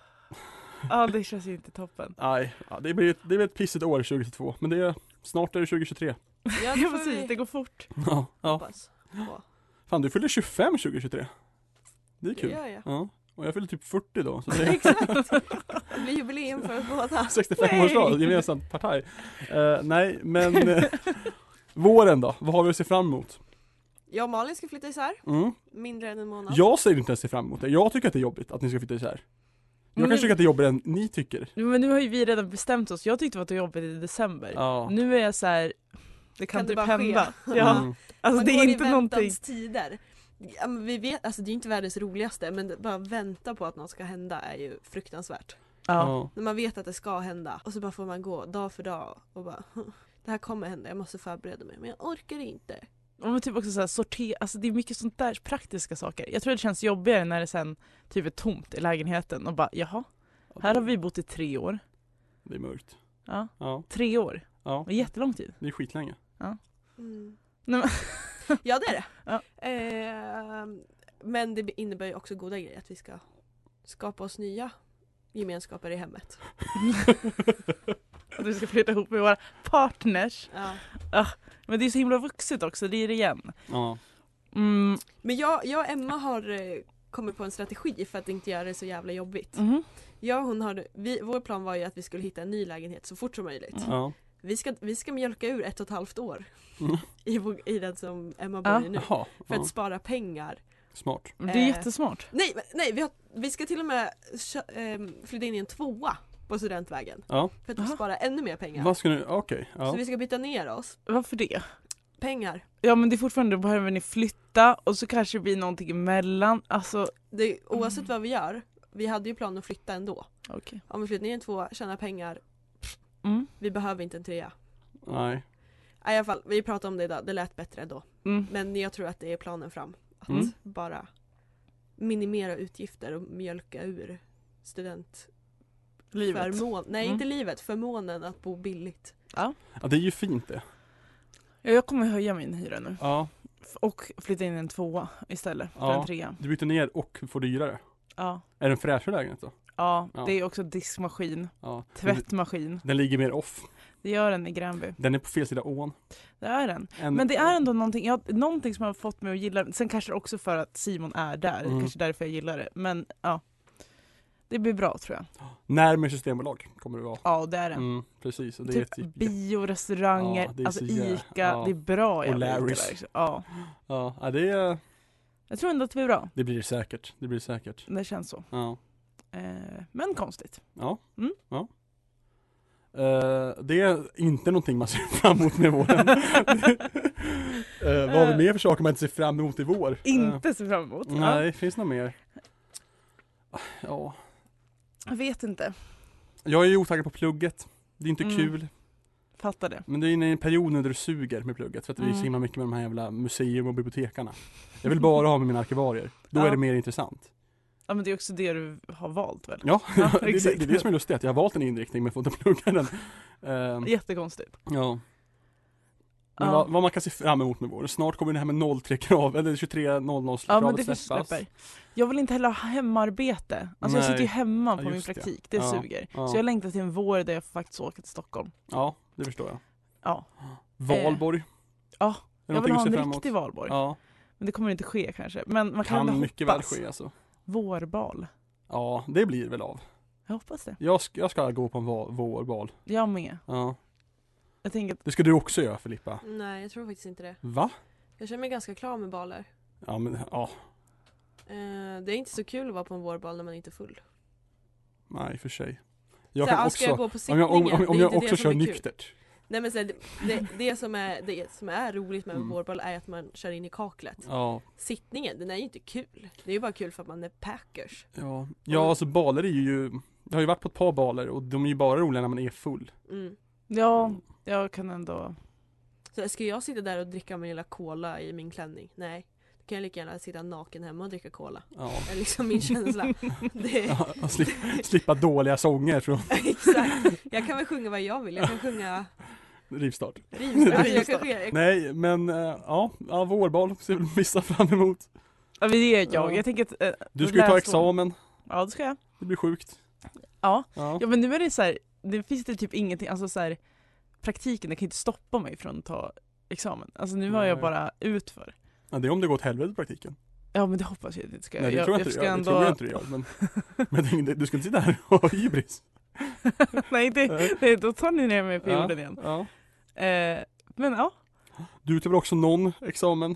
Ja, det känns ju inte toppen. Nej, ja, det blir ett, det blir ett pissigt år tjugohundratjugotvå. Men det är, snart är det tjugohundratjugotre. Ja, Ja, det får precis, vi det går fort. Ja, ja. hoppas på. Fan, du fyller tjugofem tjugohundratjugotre. Det är Det kul. gör jag. Ja. Och jag fyller typ fyrtio då. Så det är Exakt. Det blir jubileum för oss båda. sextiofem-årsdag, gemensamt partaj. Uh, nej, men uh, våren då? Vad har vi att se fram emot? Jag och Malin ska flytta isär. Mm. Mindre än en månad. Jag säger inte ens se fram emot det. Jag tycker att det är jobbigt att ni ska flytta isär. Jag Men kanske nu- tycker att det är jobbigare än ni tycker. Men nu har ju vi redan bestämt oss. Jag tyckte det var jobbigt i december. Ja. Nu är jag så här, det kan, Kan det typ bara hända. ske? Ja, Mm. alltså Man det går är i inte någonting. väntans tider. Ja, men vi vet, alltså det är inte världens roligaste, men det- bara vänta på att något ska hända är ju fruktansvärt. Ja. Ja. När man vet att det ska hända och så bara får man gå dag för dag och bara "Hm, det här kommer hända, jag måste förbereda mig, men jag orkar inte. Och men typ också så här, sortera, alltså det är mycket sånt där praktiska saker. Jag tror det känns jobbigare när det sen typ är tomt i lägenheten och bara jaha, här har vi bott i tre år. Det är mörkt. Ja, Ja, tre år. ja. Det var jättelång tid. Det är skitlänge. Mm. Nej, men, Ja det är det. Ja. Eh, men det innebär ju också goda grejer att vi ska skapa oss nya gemenskaper i hemmet. att vi ska flytta ihop med våra partners. Ja. Men det är så himla vuxet också, det är det igen. Ja. Mm. Men jag, jag och Emma har eh, kommit på en strategi för att inte göra det så jävla jobbigt. Mhm. Jag och hon har, vi, vår plan var ju att vi skulle hitta en ny lägenhet så fort som möjligt. Ja. Vi ska, vi ska mjölka ur ett och ett halvt år Mm. i, vår- i den som Emma bor Ja. i nu. Jaha. För Ja. att spara pengar. Smart. Det är Eh. jättesmart. Nej, men- nej vi, har, vi ska till och med kö, eh, flytta in i en tvåa på Studentvägen. Ja. För att Aha. spara ännu mer pengar. Vad ska nu, okej. Så Ja. vi ska byta ner oss. Varför det? Pengar. Ja men det är fortfarande, då behöver ni flytta och så kanske det blir någonting emellan. Alltså, Det, oavsett vad vi gör, vi hade ju planen att flytta ändå. okej. Om vi flyttar ner i en tvåa, tjänar pengar, Mm. vi behöver inte en trea. Nej. I alla fall, vi pratade om det idag, det lät bättre då. Mm. Men jag tror att det är planen fram. Att Mm. bara minimera utgifter och mjölka ur studentförmån. Livet. Nej, Mm. inte livet. Förmånen att bo billigt. Ja, det är ju fint det. Ja, jag kommer höja min hyra nu. Ja. F- Och flytta in i en tvåa istället för Ja. en trea. Du byter ner och får dyrare. Ja. Är det en fräschare lägenhet då? Ja, Ja. det är också diskmaskin, Ja. tvättmaskin. Den ligger mer off. Det gör den i Gränby. Den är på fel sida ån. Det är den. En, Men det är ändå någonting, ja, någonting som har fått mig att gilla. Sen kanske det också för att Simon är där. Mm. Kanske därför jag gillar det. Men ja, det blir bra tror jag. Närmare Systembolag kommer det vara. Ja, det är den. Mm, precis. Och det Typ är typ, bio, restauranger, Ja, det är alltså så jä- Ica. ja. Det är bra Och jävla Ica Larrys. där också. Ja, ja, ja, det, är, jag tror ändå att det blir bra. det blir säkert. Det blir säkert. Det känns så. Ja. Eh, men konstigt. Ja. Mm. ja. Uh, det är inte någonting man ser fram emot med våren. uh, vad har vi mer för saker man inte ser fram emot i vår? Inte så fram emot. Uh, Ja. nej, finns något mer? Ja. Jag vet inte. Jag är ju otaggad på plugget. Det är inte Mm. kul. Fattar det. Men det är inne i en period när du suger med plugget. För att vi är Mm. så himla mycket med de här jävla museum och bibliotekarna. Jag vill bara ha med mina arkivarier. Då Ja. är det mer intressant. Ja, men det är också det du har valt väl? Ja, Ja, det, det, exakt. det är det som är lustigt. Att jag har valt en inriktning men får inte plugga den. Uh, Jättekonstigt. ja. Men Ja. vad, vad man kan se fram emot med vår. Snart kommer det här med noll tre krav eller tjugotre noll noll Ja, men kravet det släppas. släpper. Jag vill inte heller ha hemarbete. Alltså jag Nej. sitter ju hemma på Ja, min just det. praktik. Det Ja. suger. Ja. Så jag längtar till en vår där jag faktiskt åker till Stockholm. Ja, det förstår jag. Ja. Valborg. Ja, Är det jag någonting vill du ha ser en fram emot? riktig valborg. Ja, Men det kommer inte ske kanske. Men man kan, kan ändå mycket väl hoppas. ske alltså. Vårbal. Ja, det blir väl av. Jag hoppas det. Jag ska, jag ska gå på en va- vårbal. Jag med. Ja. Jag tänker att Det ska du också göra, Filippa. Nej, jag tror faktiskt inte det. Va? Jag känner mig ganska klar med baler. Ja, men ja. Eh, det är inte så kul att vara på en vårbal när man inte är full. Nej, för sig. Jag Så, kan ja, också, ska jag gå på om sittningen? jag, om, om, om Det är jag inte det också som kör är kul. nyktert. Nej men så, här, det, det, det, som är, det som är roligt med en Mm. vårbal är att man kör in i kaklet. Ja, Sittningen, den är ju inte kul. Det är ju bara kul för att man är packers. ja. Ja, alltså baler är ju, jag har ju varit på ett par baler och de är ju bara roliga när man är full. Mm. ja, jag kan ändå... Så ska jag sitta där och dricka min lilla cola i min klänning? Nej. Då kan jag lika gärna sitta naken hemma och dricka cola. Ja. Det är liksom min känsla. Det är, Ja, och slippa, slippa dåliga sånger från exakt. Jag kan väl sjunga vad jag vill. Jag kan sjunga rivstart. rivstart. Alltså, jag kan sjunga, jag, Nej, men äh, ja, ja, vårbal ser väl vissa fram emot. Ja, men det är jag. Ja. Jag tänker att... eh, Du ska ju ta läsår- examen, Ja, det ska jag. det blir sjukt. Ja. Ja. Ja, men nu är det så här, det finns det typ ingenting, alltså så här, praktiken, det kan inte stoppa mig från att ta examen. Alltså nu har jag Nej. bara utför. Ja, det är om det går åt helvete i praktiken. Ja, men det hoppas jag att det inte ska. Nej, det jag, tror jag, jag inte ska det gör. ändå... Det tror jag inte det gör. Men, men det, du ska inte sitta här och ha hybris. Nej, det, det, då tar ni ner mig på Ja, jorden igen. ja. Eh, men ja, Du tar väl också någon examen?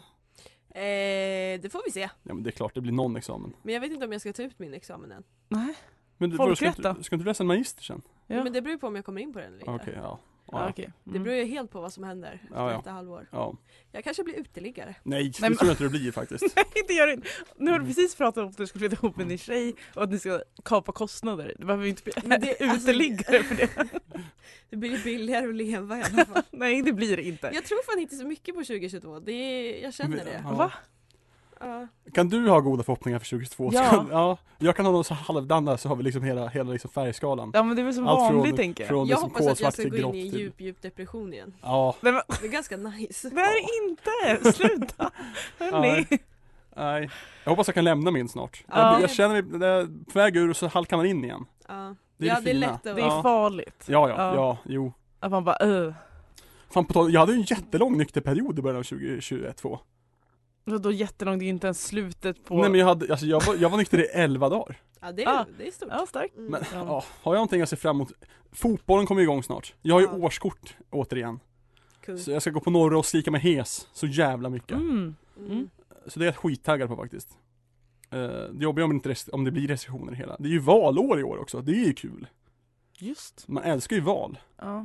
eh, det får vi se. Ja, men det är klart det blir någon examen. Men jag vet inte om jag ska ta ut min examen än. nej. Men du, vadå, ska, Folkrätt inte, då? ska inte du läsa en magister sen? Ja. Men det beror ju på om jag kommer in på den eller inte. Okej, ja. Ja, Ja, okej. Det Mm. beror ju helt på vad som händer efter Ja, ja. detta halvår. ja. Jag kanske blir uteliggare. Nej, Nej, det men- tror jag inte det blir faktiskt. Nej, det gör det inte. Nu har du Mm. precis pratat om att du ska flytta ihop med din tjej och att ni ska kapa kostnader. Du behöver ju inte bli Men det- alltså- uteliggare för det. Det blir billigare att leva i alla fall. Nej, det blir det inte. Jag tror fan inte så mycket på tjugo tjugotvå. Det är, jag känner det. Ja. Va? Ja. Kan du ha goda förhoppningar för tjugohundratjugotvå? Ja. Kan, ja. Jag kan ha någon så halvdana så har vi liksom hela, hela liksom färgskalan. Ja, men det är väl som Allt vanligt från- tänker jag. från- Jag liksom hoppas att jag kolsvart ska till gå in grått i en till- djup, djup depression igen. Ja, Nej, men, Det är ganska nice. det är det inte! Sluta! Hörni. nej. Jag hoppas jag kan lämna min snart. Ja. Jag, jag känner mig det är på väg ur och så halkar man in igen. Ja, Det är ja det det är fina. lätt att... Det är Ja. farligt. Ja, ja, Ja. ja, jo. Att man bara öh. Fan på tal, jag hade ju en jättelång nykterperiod i början av tjugohundratjugoett. Vadå jättelångt? Det är ju inte ens slutet på... Nej men jag hade, alltså jag var, jag var nykter i elva dagar. Ja, det är, Ah. det är stort. Ja, starkt. Mm. Men Ja. ja, har jag någonting att se fram emot? Fotbollen kommer igång snart. Jag har ju Ja. årskort återigen. Kul. Så jag ska gå på norra och skrika med hes så jävla mycket. Mm. Mm. Så det är jag skittaggad på faktiskt. Uh, det jobbar om, det inte res- om det blir restriktioner i hela. Det är ju valår i år också, det är ju kul. Just. Man älskar ju val. Ja.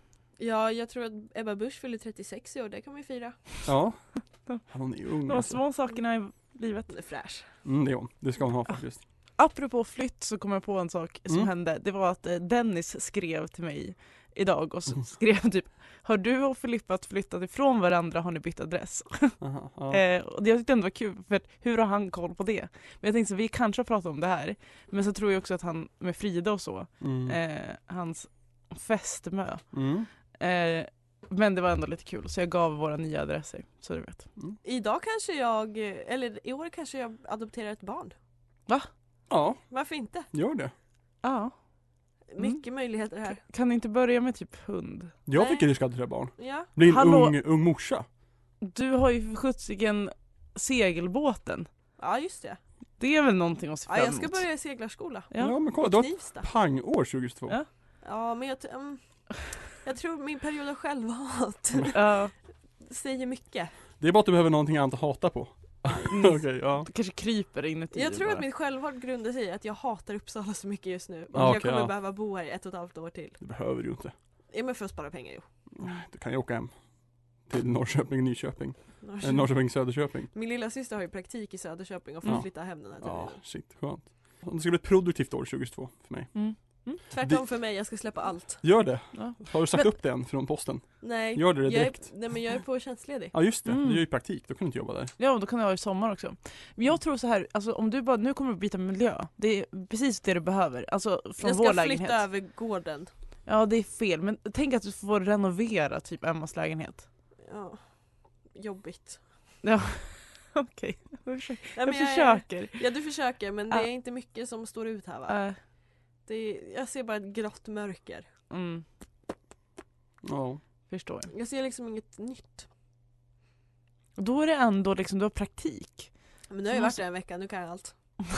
Ja, jag tror att Ebba Busch fyller trettiosex i år. Det kan vi fira. Ja. Hon är ju ung De alltså. små sakerna i livet. Hon är fräsch. Mm, det är hon. Det ska hon ha faktiskt. Apropå flytt så kom jag på en sak som Mm. hände. Det var att eh, Dennis skrev till mig idag och så Mm. skrev han typ: har du och Filippa flyttat ifrån varandra, har ni bytt adress? Aha, ja. Eh, och det jag tyckte ändå var kul, för att hur har han koll på det? Men jag tänkte så vi kanske har pratat om det här, men så tror jag också att han med Frida och så, Mm. eh, hans fästmö. Mm. Eh, men det var ändå lite kul, så jag gav våra nya adresser, så du vet. Idag kanske jag, eller i år kanske jag adopterar ett barn. Ja, Varför inte? gör det. Ja. Mycket möjligheter här. Kan ni inte börja med typ hund? Jag Nej. tycker du ska adoptera barn. Ja. Bli en Hallå. ung, ung morsa. Du har ju för sjuttsiken segelbåten. Ja, just det. Det är väl någonting att se Ja, fram jag ska emot. börja i seglarskola. Ja, Ja. men kolla, I du har Knivsta. ett pangår tjugohundratjugotvå. Ja. Ja, men jag, t- um, jag tror min period av självhat Ja, säger mycket. Det är bara att du behöver någonting annat att hata på. ni- Okej, ja. det kanske kryper inuti. Jag tror bara. att mitt självhat grundar sig i att jag hatar Uppsala så mycket just nu. Och Ja, jag okej, kommer ja. behöva bo här i ett och ett halvt år till. Det behöver du ju inte. Ja, men för att spara pengar, jo. Du kan ju åka hem till Norrköping, Nyköping. Norrköping. Eh, Norrköping, Söderköping. Min lilla syster har ju praktik i Söderköping och får Ja. flytta hem den här Ja, terminen. shit, skönt. Det ska bli ett produktivt år tjugohundratjugotvå för mig. Mm. Tvärtom för mig, jag ska släppa allt. Gör det. Ja. Har du sagt Men- upp det än från posten? Nej, Gör det jag är, direkt. nej men jag är på tjänstledig. Ja just det, Mm. du gör ju praktik, då kan du inte jobba där. Ja, då kan du ha i sommar också. Men jag tror så här, alltså om du bara, nu kommer du byta miljö. Det är precis det du behöver. Alltså från Jag vår ska lägenhet. flytta över gården. Ja, det är fel. Men tänk att du får renovera typ Emmas lägenhet. Ja, jobbigt. Okej, jag, försöker. Nej, jag men jag är- försöker. Ja, du försöker, men det Ja. är inte mycket som står ut här va? Äh, Det är, jag ser bara ett grått mörker. mm, Ja. förstår. Jag ser liksom inget nytt. Och då är det ändå liksom, du har praktik. Men nu har jag Så varit måste- där en vecka, nu kan jag allt.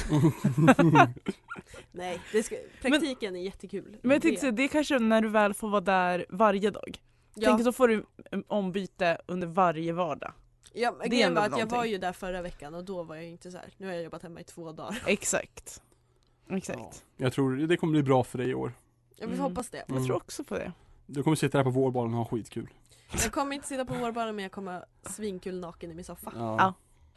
Nej, det ska, praktiken är jättekul. Men jag tänkte Det- säga, det är kanske när du väl får vara där varje dag. ja, Tänk så får du um, ombyte under varje vardag. ja, det men är grejen ändå var att jag någonting. var ju där förra veckan och då var jag inte så här. Nu har jag jobbat hemma i två dagar. Exakt. Exakt. Ja. Jag tror det kommer bli bra för dig i år. Jag vill Mm. hoppas det. Mm. Jag tror också på det. Du kommer sitta där på vårbalen och ha skitkul. Jag kommer inte sitta på vårbaren, men jag kommer ha svinkul naken i min soffa. Ja. Ja.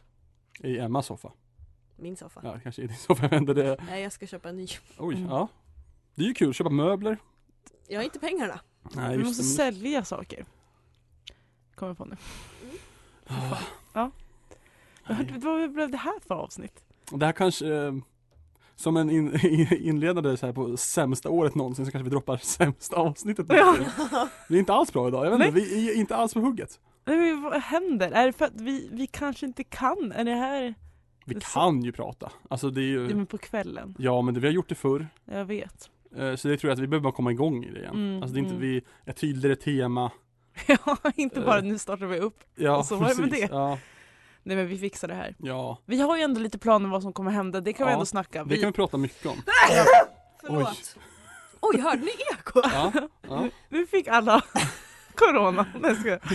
I Emmas soffa. Min soffa. Ja, kanske i din soffa, jag vet inte det. Nej, jag ska köpa en ny. Oj, Mm. ja. Det är ju kul att köpa möbler. Jag har inte pengarna. Nej, Vi just måste det. sälja saker. Kommer jag på nu. Ah, Ja. nej. Vad blev det här för avsnitt? Det här kanske, eh, som en in, inledande så här på sämsta året någonsin, så kanske vi droppar sämsta avsnittet. Ja. Det är inte alls bra idag, jag vet inte, Nej. vi är inte alls på hugget. Nej, men vad händer? Är det för att vi, vi kanske inte kan? Är det här Vi Det är så- kan ju prata, alltså det är det är ju, med på kvällen? ja men det, vi har gjort det förr. Jag vet. Eh, Så det tror jag att vi behöver bara komma igång i det igen. Mm, Alltså det är inte mm. vi, ett tydligare tema. Ja, inte bara Eh. nu startar vi upp. Ja, Och så var det med precis. det. Ja, Nej, men vi fixar det här. ja, Vi har ju ändå lite planer vad som kommer hända. Det kan vi Ja, ändå snacka. det Vi, kan vi prata mycket om. Förlåt. Oj, hörde ni eko? Ja, ja. Nu fick alla corona. Nej, jag skojar.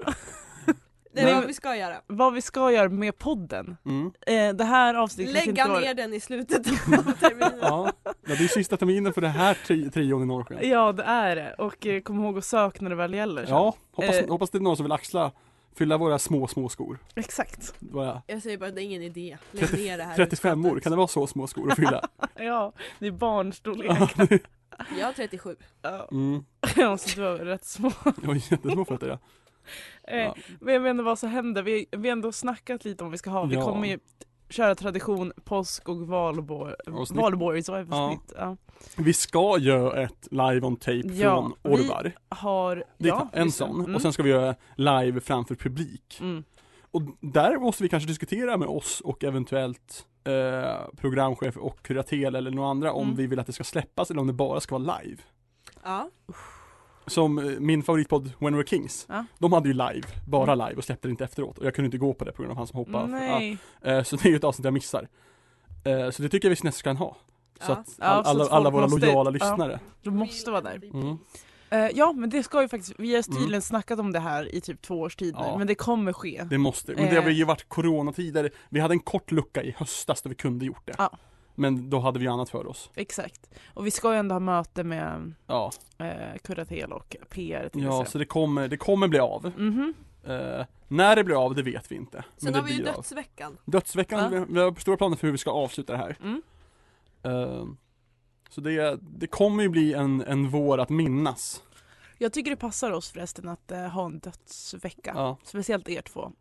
Det är Nej, vad men- vi ska göra. Vad vi ska göra med podden. Mm. Eh, det här avsnittet kanske Lägga inte var- ner den i slutet av terminen. Ja. ja, det är sista terminen för det här tri- trion i Norrsken. Ja, det är det. Och eh, kom ihåg att söka när det väl gäller. sen. Ja, hoppas, Eh. hoppas det är någon som vill axla, fylla våra små, små skor. Exakt. Våra Jag säger bara att det är ingen idé. Lägg ner det här. trettiofem år, utskottet. kan det vara så små skor att fylla? Ja, det är barnstorlek. Jag har trettiosju. Ja, Mm. ja, så du har rätt små. Jag var jättesmå fötter, ja. Eh, Ja. Men jag vet inte vad som händer. Vi, vi har ändå snackat lite om vad vi ska ha. Vi Ja. kommer ju köra tradition, påsk och valborg. Avsnitt. Valborg, så avsnitt. Ja. Vi ska göra ett live on tape Ja, från vi- Orvar. Har... Det är ja, en just det. sån. Mm. Och sen ska vi göra live framför publik. Mm. Och där måste vi kanske diskutera med oss och eventuellt eh, programchef och kuratel eller några andra om Mm. vi vill att det ska släppas eller om det bara ska vara live. Ja. Som eh, min favoritpodd When We're Kings. Ja. De hade ju live, bara live och släppte det inte efteråt. Och jag kunde inte gå på det på grund av han som hoppade. Nej. Ja, eh, så det är ju ett avsnitt jag missar. Eh, så det tycker jag vi snett ska ha. Så Ja. att Ja, all, så alla, att alla folk våra måste- lojala ja. lyssnare. Du måste vara där. Mm. Eh, ja, men det ska ju faktiskt... Vi har tydligen Mm. snackat om det här i typ två års tid nu. Ja. Men det kommer ske. Det måste. Men det Eh. har ju varit coronatider. Vi hade en kort lucka i höstas då vi kunde gjort det. Ja. Men då hade vi annat för oss. Exakt. Och vi ska ju ändå ha möte med Ja, eh, kuratel och P R till ja sig. så det kommer, det kommer bli av. Mhm. Eh, när det blir av, det vet vi inte. Sen det har vi ju blir av. dödsveckan. Dödsveckan, Ja. vi, vi har stora planer för hur vi ska avsluta det här. Mm. Eh, så det, det kommer ju bli en, en vår att minnas. Jag tycker det passar oss förresten att eh, ha en dödsvecka. Ja, Speciellt er två.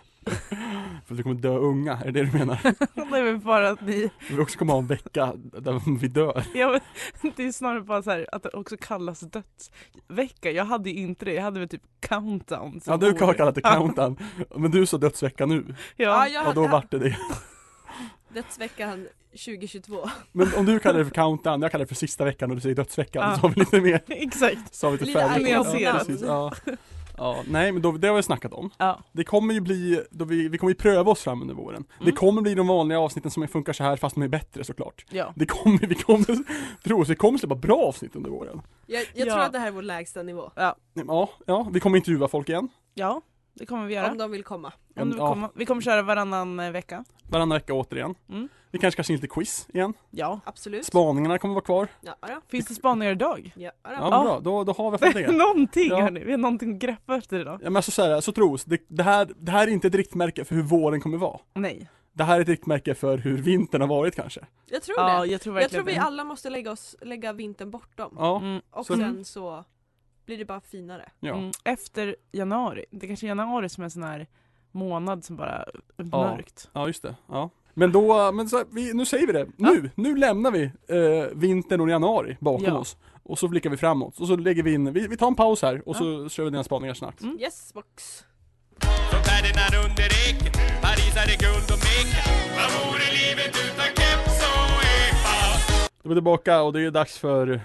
för vi kommer dö unga, är det det du menar? Det är väl bara att ni... Vi också kommer ha en vecka där vi dör. Ja, men, det är snarare bara så här att det också kallas dödsvecka. Jag hade ju inte det. Jag hade väl typ countdown. som Ja, du kan år. kalla det countdown. Men du sa dödsvecka nu. Ja. jag, Och då vart det det. Dödsveckan tjugohundratjugotvå. Men om du kallar det för countdown, jag kallar det för sista veckan och du säger dödsveckan, Ja. så har vi lite mer. Exakt. Så har vi lite Lite färdigt. nyanserat. precis. Ja. Ja, nej men då, det har vi snackat om. Ja. Det kommer ju bli, då vi, vi kommer ju pröva oss fram under våren. Det Mm. kommer bli de vanliga avsnitten som funkar så här fast de är bättre såklart. Ja. Det kommer, vi kommer, tro oss, vi kommer släppa bra avsnitt under våren. Jag, jag Ja. tror att det här är vår lägsta nivå. Ja. Ja, ja, vi kommer intervjua folk igen. Ja, det kommer vi göra. Om de vill komma. Om du vill Ja. komma. Vi kommer köra varannan eh, vecka. Varannan vecka återigen. Mm. Vi kanske ska se lite quiz igen. Ja. Absolut. Spaningarna kommer vara kvar. Ja, ja. Finns det spaningar idag? Ja, Ja, ja. men bra, då, då har vi fått det. någonting Ja. hörni, vi har någonting att greppa efter idag. Ja, men alltså så, här, så tros, det, det, här, det här är inte ett riktmärke för hur våren kommer vara. Nej. Det här är ett riktmärke för hur vintern har varit kanske. Jag tror Ja, det. jag tror Jag verkligen tror vi det. alla måste lägga, oss, lägga vintern bortom. Ja, Mm. Och så- sen så blir det bara finare. ja. Mm. Efter januari. Det är kanske är januari som är en sån här månad som bara är mörkt. Ja, just det. Ja. Men då, men så, här, vi, nu säger vi det. Nu, nu lämnar vi eh, vintern och januari bakom Ja. oss. Och så blickar vi framåt. Och så lägger vi in, vi, vi tar en paus här och så kör vi dina spaningar snabbt. Mm. Yes, box. Som färdinar under eken, Paris är det guld och meka. Vad vore livet utan keps och epa? Då är vi tillbaka och det är dags för...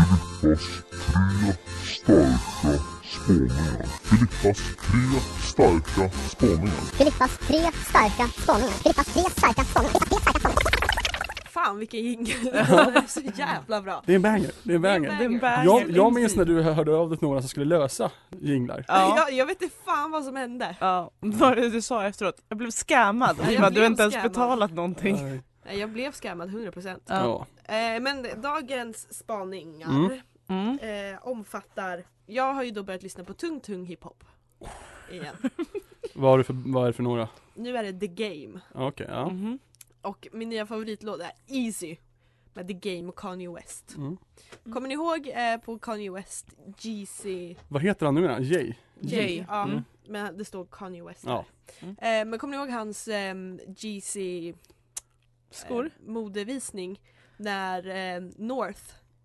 Filippas tre starka spaningar. Filippas tre starka spaningar. Filippas tre starka spaningar. Fan vilken jingel. Det är så jävla bra. Det är en banger, det är en banger. Det Det är en banger. Jag, jag minns när du hörde av dig till några som skulle lösa jinglar. Ja. Jag, jag vet inte fan vad som hände. Ja, vad var det du sa efteråt? Jag blev scammad. Ja, jag Bara, du blev har inte ens scammad. betalat någonting. Nej. Nej, jag blev scammad hundra procent. Ja. Eh, men dagens spaningar Mm. Mm. eh, omfattar, jag har ju då börjat lyssna på tung tung hiphop igen. Vad är det för, vad är det för några? Nu är det The Game Ja, Okej, ja. Mhm. och min nya favoritlåt är Easy med The Game och Kanye West. Mm. Kommer ni ihåg eh, på Kanye West G C Vad heter han nu då? Jay? Jay. Ja, Mm. men det står Kanye West Ja. där. Eh, men kommer ni ihåg hans eh, G C Skor? eh, modevisning när eh, North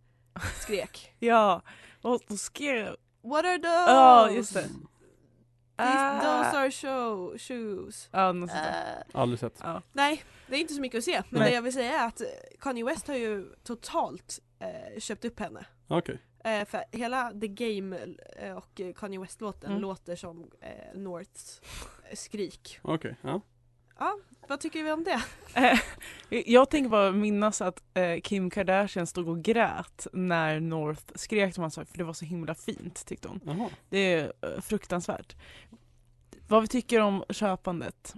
skrek Ja, och och skrev... What are those? Ja, just det. These, Ah. those are show, shoes. Ja, något sånt där. Eh, Aldrig sett. Ja. nej, det är inte så mycket att se. Men Nej. det jag vill säga är att Kanye West har ju totalt eh, köpt upp henne. Okej. Eh, för hela The Game eh, och Kanye West-låten Mm. låter som eh, Norths eh, skrik. Okej, ja. Ja, vad tycker vi om det? Eh, Jag tänker bara minnas att eh, Kim Kardashian stod och grät när North skrek som han sa, för det var så himla fint tyckte hon. Jaha. Det är eh, fruktansvärt. Vad vi tycker om köpandet?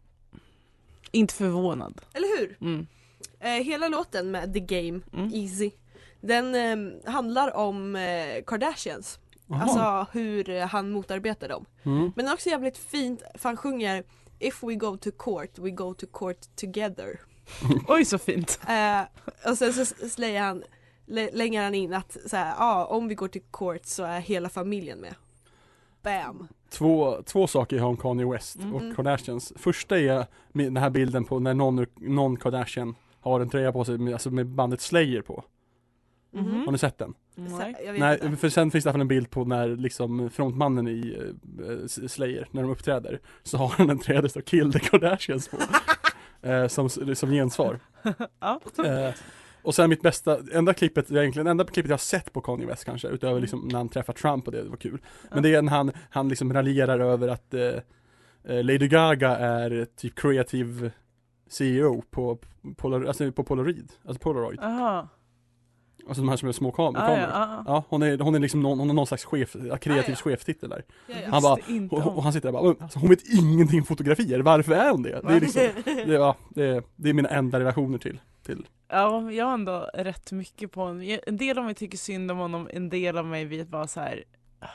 Inte förvånad. Eller hur? Mm. Eh, hela låten med The Game, Mm. Easy, den eh, handlar om eh, Kardashians. Jaha. Alltså hur eh, han motarbetar dem. Mm. Men också jävligt fint, för han sjunger If we go to court, we go to court together. Oj, så fint. Eh, och sen så slänger han, lä- lägger han in att så här, ah, om vi går till court så är hela familjen med. Bam! Två, två saker jag har om Kanye West Mm. och Kardashians. Första är med den här bilden på när någon, någon Kardashian har en tröja på sig med, alltså med bandet Slayer på. Mhm. Har ni sett den? Nej. Så, jag vet Nej, inte. för sen finns det i alla fall en bild på när liksom frontmannen i uh, Slayer, när de uppträder, så har han en tröja där det står Kill the Kardashians på. eh, som, som gensvar. Ja. Eh, och sen mitt bästa, enda klippet, egentligen enda klippet jag har sett på Kanye West kanske, utöver Mm. liksom när han träffar Trump och det, det var kul. Men Ja. det är när han, han liksom raljerar över att eh, eh, Lady Gaga är typ creative C E O på, Polar, alltså på Polaroid, alltså Polaroid. Aha. Alltså de här som är små kam- Ah, kameror. ja, ah, ah. Ja, hon är, hon är liksom någon, hon har någon slags chef, kreativ Ah, ja. cheftitel där. Ja, ja. Han bara, Visste inte och, om. och han sitter där bara, alltså, hon vet ingenting om fotografier, varför är hon det? Det är liksom, det, ja, det, är, det är mina enda relationer till, till. Ja, jag har ändå rätt mycket på honom. En del av mig tycker synd om honom, en del av mig vet bara så här.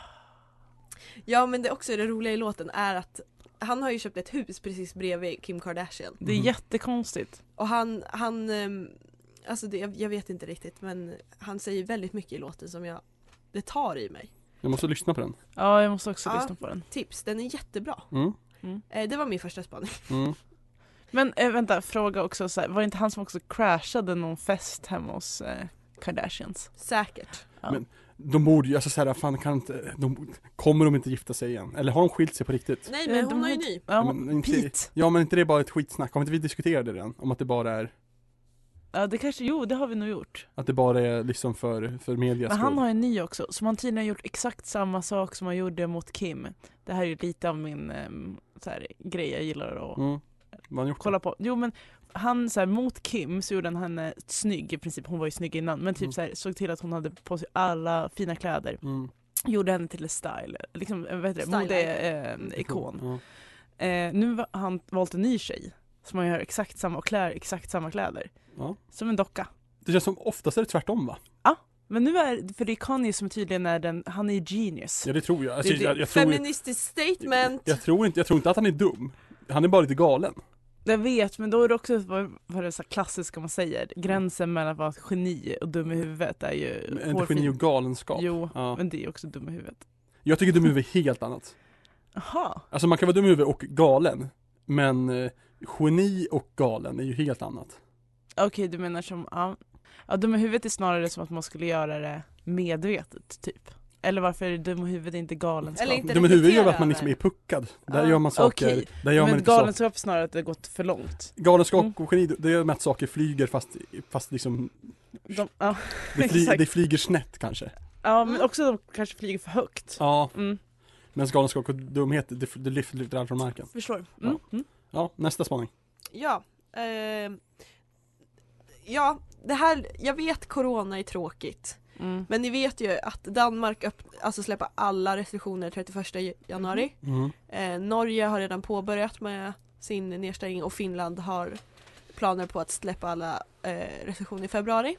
Ja, men det också det roliga i låten är att han har ju köpt ett hus precis bredvid Kim Kardashian. Det är Mhm. jättekonstigt. Och han, han ehm, alltså det, jag, jag vet inte riktigt, men han säger väldigt mycket i låten som jag, det tar i mig. Jag måste lyssna på den. Ja, jag måste också Ja. lyssna på den. Tips, den är jättebra. Mm, Eh, det var min första spaning. mm. Men äh, vänta, fråga också så här, var det inte han som också crashade någon fest hemma hos eh, Kardashians? Säkert. Ja. Men- De borde ju, alltså såhär, fan kan inte, de, kommer de inte gifta sig igen? Eller har de skilt sig på riktigt? Nej, Eh, men de hon har ju har- ny. Ja, men inte- Pete. Ja men inte det är bara ett skitsnack, har inte vi diskuterat det redan? Om att det bara är Ja, det kanske, jo det har vi nog gjort. Att det bara är liksom för, för medias Men han skull. har en ny också, som han tydligen har gjort exakt samma sak som han gjorde mot Kim. Det här är ju lite av min um, så här, grej jag gillar att Mm. Vad har han gjort? kolla på. Jo men han så här, mot Kim så gjorde han henne snygg i princip. Hon var ju snygg innan, men typ Mm. så här, såg till att hon hade på sig alla fina kläder. Mm. Gjorde henne till en style, liksom, vad heter det, Style mode eh, ikon. Ja. Eh, nu har han valt en ny tjej som man gör exakt samma och klär exakt samma kläder. Ja. Som en docka. Det känns som oftast är det tvärtom, va? Men nu är, för det är Kanye som tydligen är den, han är genius. Ja, det tror jag. Alltså, Det är det. jag, jag, tror, Feministiskt statement. jag, tror inte, jag tror inte att han är dum. Han är bara lite galen. Jag vet, men då är det också vad, vad det är så klassiska man säger. Gränsen mellan att vara ett geni och dum i huvudet är ju Men inte hårfin. geni och galenskap. Jo, Ja. men det är också dum i huvudet. Jag tycker dum i huvudet är helt annat. Jaha. Alltså man kan vara dum i huvudet och galen. Men eh, geni och galen är ju helt annat. Okej, du menar som, ja. Ja, dum i huvudet är snarare som att man skulle göra det medvetet, typ. Eller varför är dum i huvudet inte galenskap? Eller inte Dum i huvudet gör reflektera att man liksom över. är puckad. Där Ja. gör man saker. Okej. Där gör man Men inte saker. galenskap är snarare att det har gått för långt. Galenskap Mm. och geni, det är med att saker flyger fast, fast liksom De, ja. det, fly, Exakt. det flyger snett kanske. ja, men också de kanske flyger för högt. Ja, Mm. men galenskap och dumhet, det, det lyfter, lyfter allt från marken. Förstår. Mm. Mm. Ja, nästa spaning. Ja. Eh, ja, det här, jag vet corona är tråkigt. Mm. Men ni vet ju att Danmark upp, alltså släpper alla restriktioner trettioförsta januari. Mm. Eh, Norge har redan påbörjat med sin nedstängning och Finland har planer på att släppa alla eh, restriktioner i februari.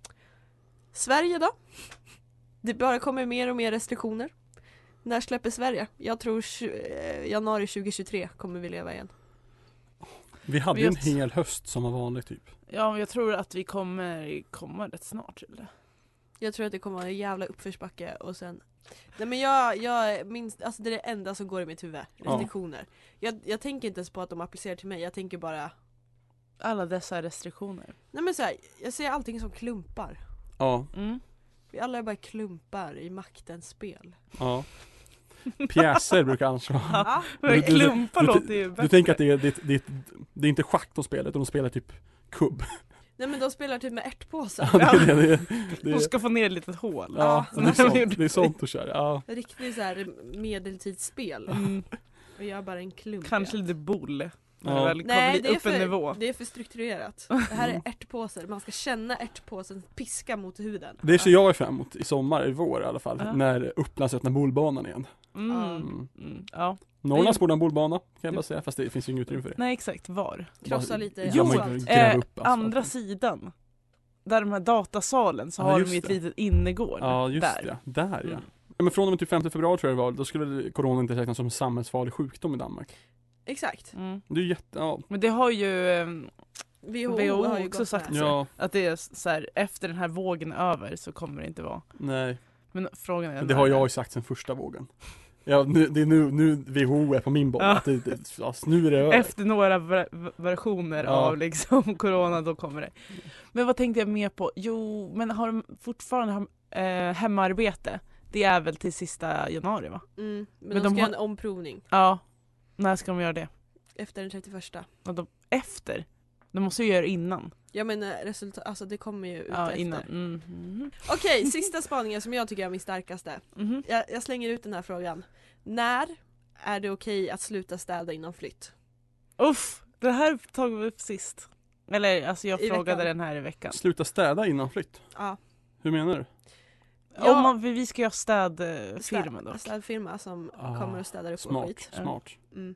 Sverige då? Det bara kommer mer och mer restriktioner. När släpper Sverige? Jag tror tju- eh, januari tjugohundratjugotre kommer vi leva igen. Vi hade ju en Vet. hel höst som var vanlig typ. Ja, jag tror att vi kommer komma rätt snart till det. Jag tror att det kommer vara en jävla uppförsbacke och sen... Nej men jag, jag minns, alltså det är det enda som går i mitt huvud. Restriktioner. Jag, jag tänker inte ens på att de applicerar till mig, jag tänker bara... Alla dessa restriktioner. Nej men så här, jag ser allting som klumpar. Ja, Mm. Vi alla är bara klumpar i maktens spel. ja. Pjäser brukar annars vara. Ja. Men Du- du- klumpa du- låter ju bättre. Du tänker att det är, det, är- det, är- det är inte schack de spelar, utan de spelar typ kubb. Nej men de spelar typ med ärtpåsar. Ja, det, är det, det, är- det, Hon är- ska få ner ett litet hål. ja, Ja, det, är sånt, det är sånt du kör. Ja. Riktigt så här medeltidsspel. Mm. Och jag är bara en klump. Kanske lite boll. När Ja. det väl kommer Nej, bli det är, upp en nivå. för, det är för strukturerat. Det här är ärtpåsar. Man ska känna ärtpåsen piska mot huden. Det ser jag fram emot i sommar, i vår i alla fall. Ja. När Upplands öppnar bollbanan igen. Mm. Mm. Mm. Ja. Norrlands borde ha en bollbana, kan jag Du- bara säga. Fast det finns ju inget utrymme för det. Nej, exakt. Var? Krossa Bara- lite Ja, Jo, man asfalt. gräver Eh, upp asfalten. andra sidan. Där de här datasalen så Ja, har just de ju ett det. litet innergård. Ja, just där. det. Där ja. Mm. Ja, men från och med typ femte februari tror jag det var, då skulle corona inte räknas som en samhällsfarlig sjukdom i Danmark. Exakt. Mm. Det är ju jätte, ja. Men det har ju ehm, W H O, W H O har ju också gått sagt med. så. Ja, att det är så här, efter den här vågen är över så kommer det inte vara. nej. Men frågan är Men det har jag ju sagt sen första vågen. Ja, nu, det är nu, nu W H O är på min boll. Ja. Att det, det, alltså, nu är det över. Efter några ver- versioner Ja. av liksom corona, då kommer det. Men vad tänkte jag mer på? Jo, men har de fortfarande har, eh, hemarbete? Det är väl till sista januari, va? Mm, men, Men de de ska har- göra en omprovning Ja. När ska de göra det? efter den trettioförsta. Och de, efter? De måste ju göra det innan. Jag menar resultat, alltså det kommer ju ut Ja, efter. innan. Mm. Mhm. Okej, sista spaningen som jag tycker är min starkaste. Mhm. Jag, jag slänger ut den här frågan. När är det okej att sluta städa innan flytt? Uff, det här tog vi upp sist. Eller alltså jag I frågade veckan. den här i veckan. Sluta städa innan flytt. Ja. Hur menar du? Ja. Om man, vi ska göra städfilmen då. Städ, städfirma som Ah, kommer och städar upp och Smart, skit. smart. Mm.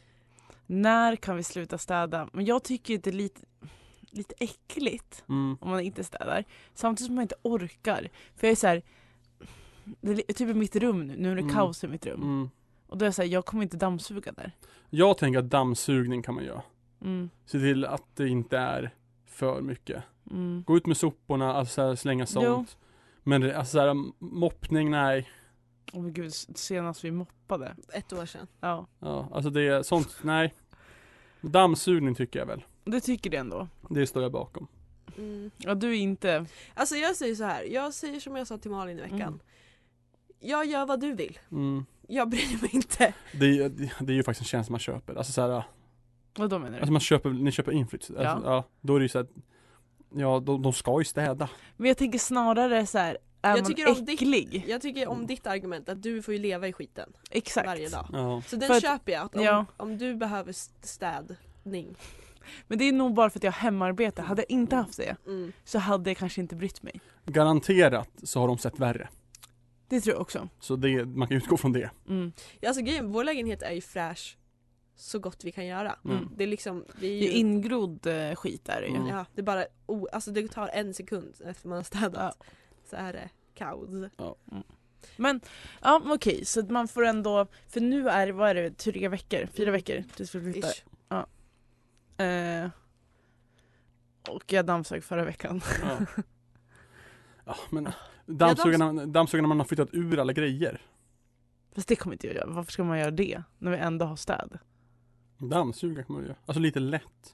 När kan vi sluta städa? Men jag tycker ju det är lite, lite äckligt Mm. om man inte städar. Samtidigt som man inte orkar. För jag är så här, det är typ i mitt rum nu. Nu är det Mm. kaos i mitt rum. Mm. Och då är jag så här, jag kommer inte dammsuga där. Jag tänker att dammsugning kan man göra. Mm. Se till att det inte är för mycket. Mm. Gå ut med soporna, alltså så här, slänga sånt. Men det- alltså så här, moppning, nej. Åh men gud, senast vi moppade. Ett år sedan. Ja, Ja, alltså det är sånt, nej. Dammsugning tycker jag väl. du tycker det ändå. Det står jag bakom. Mm. Ja, du är inte... Alltså jag säger så här. Jag säger som jag sa till Malin i veckan. Mm. Jag gör vad du vill. Mm. Jag bryr mig inte. Det, är- det, det är ju faktiskt en tjänst man köper. Alltså så här, Vad då menar du? alltså man köper, ni köper inflytt. Alltså, Ja. ja. Då är det ju så här, Ja, de, de ska ju städa. Men jag tänker snarare så här, är Jag man tycker om ditt- äcklig? Jag tycker om ditt argument att du får ju leva i skiten Exakt. varje dag. Ja. Så den För att- köper jag, att om, ja. om du behöver städning. Men det är nog bara för att jag har hemarbete. Hade jag inte haft det Mm. så hade jag kanske inte brytt mig. Garanterat så har de sett värre. Det tror jag också. Så det, man kan utgå från det. Mm. Ja, alltså grejen, vår lägenhet är ju fräsch så gott vi kan göra. Mm. Det är liksom, det är Det ju, är ingrodd eh, skit är det ju. Mm. ja, det är bara, oh, alltså det tar en sekund efter man har städat. Så är det kaos. Men ja, men okej, så att man får ändå, för nu är det, vad är det, tre veckor, fyra veckor tills vi flyttar. Ish. Eh, och jag dammsög förra veckan. Ja, ja men dammsugarna, dammsugarna man har flyttat ur alla grejer. Fast det kommer inte jag göra. Varför ska man göra det när vi ändå har städ? Dammsuga kan man göra. Alltså lite lätt.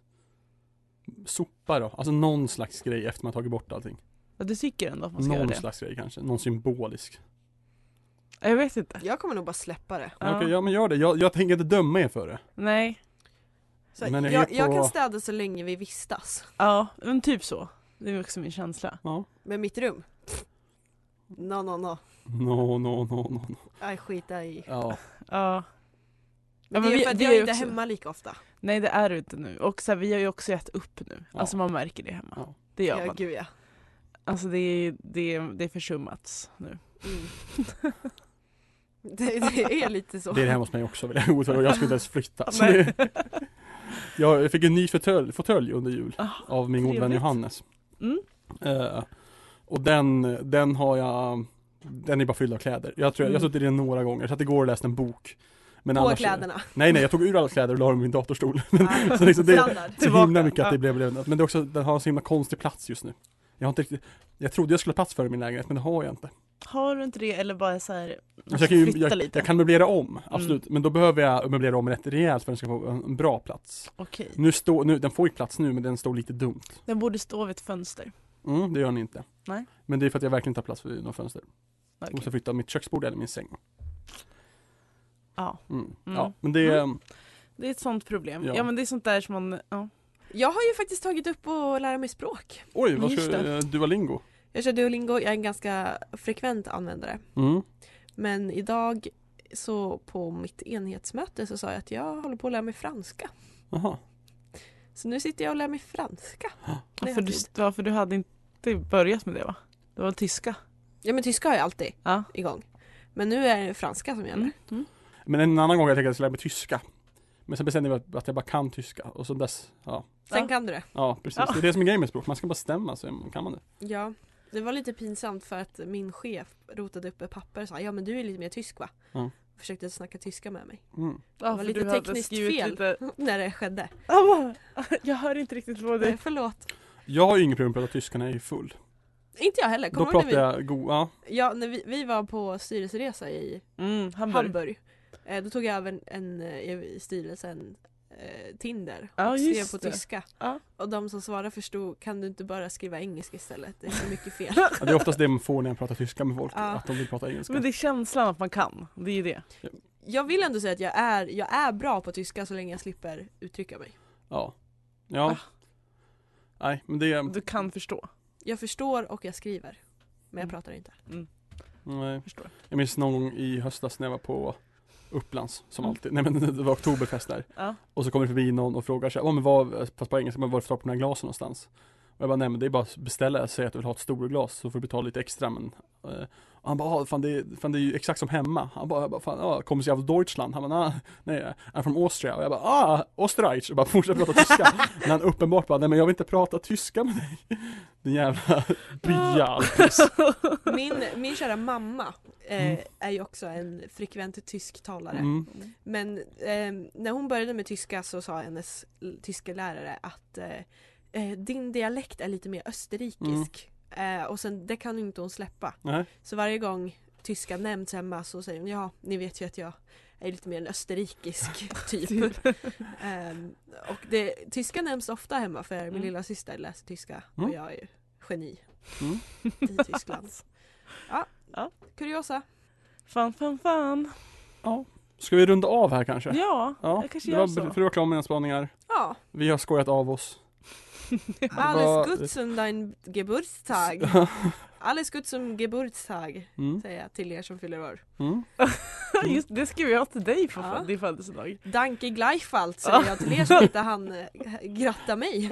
Sopa då. Alltså någon slags grej efter man tagit bort allting. Ja, du tycker ändå att man ska göra Någon det. slags grej kanske. Någon symbolisk. Jag vet inte. Jag kommer nog bara släppa det. Ja. Okej, ja men gör det. Jag, jag tänker inte döma er för det. Nej. Så Men jag jag, är jag på- kan städa så länge vi vistas. Ja, men typ så. Det är också min känsla. Ja. Men mitt rum? No, no, no. No, no, no, no. no. Jag skita i. Ja. Ja. Men Ja, det är vi- för att vi jag är är inte också- hemma lika ofta. Nej, det är du inte nu. Och så här, vi har ju också gett upp nu. Ja. Alltså man märker det hemma. Ja. Det gör Ja, man. gud ja. Alltså det är, det är, det är försummats nu. Mm. det, det är lite så. Det är det hemma hos mig också. Vill jag, och jag skulle inte ens flytta. Så Nej. det, jag fick en ny fåtölj, fåtölj under jul. Ah, Av min god vän trevligt. Johannes. Mm. Eh, och den, den har jag, den är bara fylld av kläder. Jag tror jag, jag har Mm. suttit i den några gånger. Jag satt igår och läste en bok. Men På annars, kläderna. Nej, nej, jag tog ur alla kläder och la dem i min datorstol. Men, Ah, så liksom det, standard. så Tillbaka. himla mycket att det Ja. blev, men det är också, den har en så himla konstig plats just nu. Jag har inte riktigt, jag trodde jag skulle ha plats för i min lägenhet, men det har jag inte. Har du inte det eller bara så här Så jag, kan ju, flytta jag, lite? jag kan möblera om, absolut. Men då behöver jag möblera om rätt rejält för att den ska få en, en bra plats. Okej. Nu står, nu, den får ju plats nu, men den står lite dumt. Den borde stå vid ett fönster. Mm, det gör den inte. Nej. Men det är för att jag verkligen inte har plats vid några fönster. Jag Okej. måste flytta mitt köksbord eller min säng. Ja, Mm. Mm. Ja, men det Mm. det är ett sånt problem. Ja. Ja, men det är sånt där som man, ja. Jag har ju faktiskt tagit upp och lära mig språk. Oj, vad Just ska det. uh, Duolingo? Jag kör Duolingo, jag är en ganska frekvent användare. Mm. Men idag så på mitt enhetsmöte så sa jag att jag håller på att lära mig franska. Jaha. Så nu sitter jag och lär mig franska. när jag För har du, tid. ja, för du hade inte börjat med det, va? Det var tyska. Ja, men tyska har jag alltid Ja. igång. Men nu är det franska som gäller. Mm. Mm. Men en annan gång jag tänkte att jag skulle lära mig tyska. Men sen bestämde jag mig att jag bara kan tyska. Och så dess, ja. Sen Ja. kan du det. Ja, precis. Ja. Det är det som är grejen med språk. Man ska bara stämma så kan man det. Ja, det var lite pinsamt för att min chef rotade upp ett papper och sa ja men du är lite mer tysk va? Ja. Försökte snacka tyska med mig. Mm. Ja, var för lite du hade tekniskt skrivit fel. Lite... När det skedde. Ah, jag hör inte riktigt vad Nej, det förlåt. Jag har ju ingen problem med att prata tyska när jag är full. Inte jag heller. Då Kommer du ihåg pratar när vi, jag go- ja. ja, när vi, vi var på styrelseresa i mm, Hamburg. Hamburg. Eh, då tog jag över en, en i styrelsen eh, Tinder Ja, och skrev just på det. tyska. Ja. Och de som svarade förstod, kan du inte bara skriva engelska istället? Det är så mycket fel. Ja, det är oftast det man får när jag pratar tyska med folk. Ja. Att de vill prata engelska. Men det är känslan att man kan. Det är ju det. Jag vill ändå säga att jag är, jag är bra på tyska så länge jag slipper uttrycka mig. Ja. Ja. Ah. Nej, men det är... Du kan förstå. Jag förstår och jag skriver. Men jag Mm. pratar inte. Mm, Nej. förstår. Jag minns någon gång i höstas när jag var på Upplands, som Mm. alltid. Nej men det var oktoberfest där. Ja. Och så kommer det förbi någon och frågar sig, oh, men vad, fast på engelska, men var får du på den här glasen någonstans? Och jag bara, nej men det är bara att beställa, säga att du vill ha ett storglas så får du betala lite extra. Men, eh, och han bara, ah, fan, det är, fan det är ju exakt som hemma. Han bara, jag bara fan, ah, kommer sig av Deutschland? Han bara, ah, nej, I'm from Austria. Och jag bara, ah, Österreich. Och bara fortsätter prata tyska. Men han uppenbart bara, nej men jag vill inte prata tyska med dig. Den jävla bya alltid. Min, min kära mamma eh, Mm. är ju också en frekvent tysktalare. Mm. Men eh, när hon började med tyska så sa hennes l- tyska lärare att eh, eh, din dialekt är lite mer österrikisk. Eh, och sen det kan ju inte hon släppa. Nej. Så varje gång tyska nämns hemma så säger hon ja, ni vet ju att jag är lite mer en österrikisk typ. Ehm, och det, tyska nämns ofta hemma för min Mm. lilla syster läser tyska Mm. och jag är ju geni Mm. i Tyskland. Ja, Ja. kuriosa. Fan, fan, fan. Ska vi runda av här kanske? Ja, Ja, jag kanske det gör var, så. för det var klart med mina spaningar. Ja, Vi har skojat av oss. Alles gut som dein Geburtstag. Alles gut som Geburtstag, Mm. säger jag till er som fyller år. Mm. Just det ska vi ha till dig på Ja. din födelsedag. Danke gleichfalls, säger jag till er som inte han äh, gratta mig.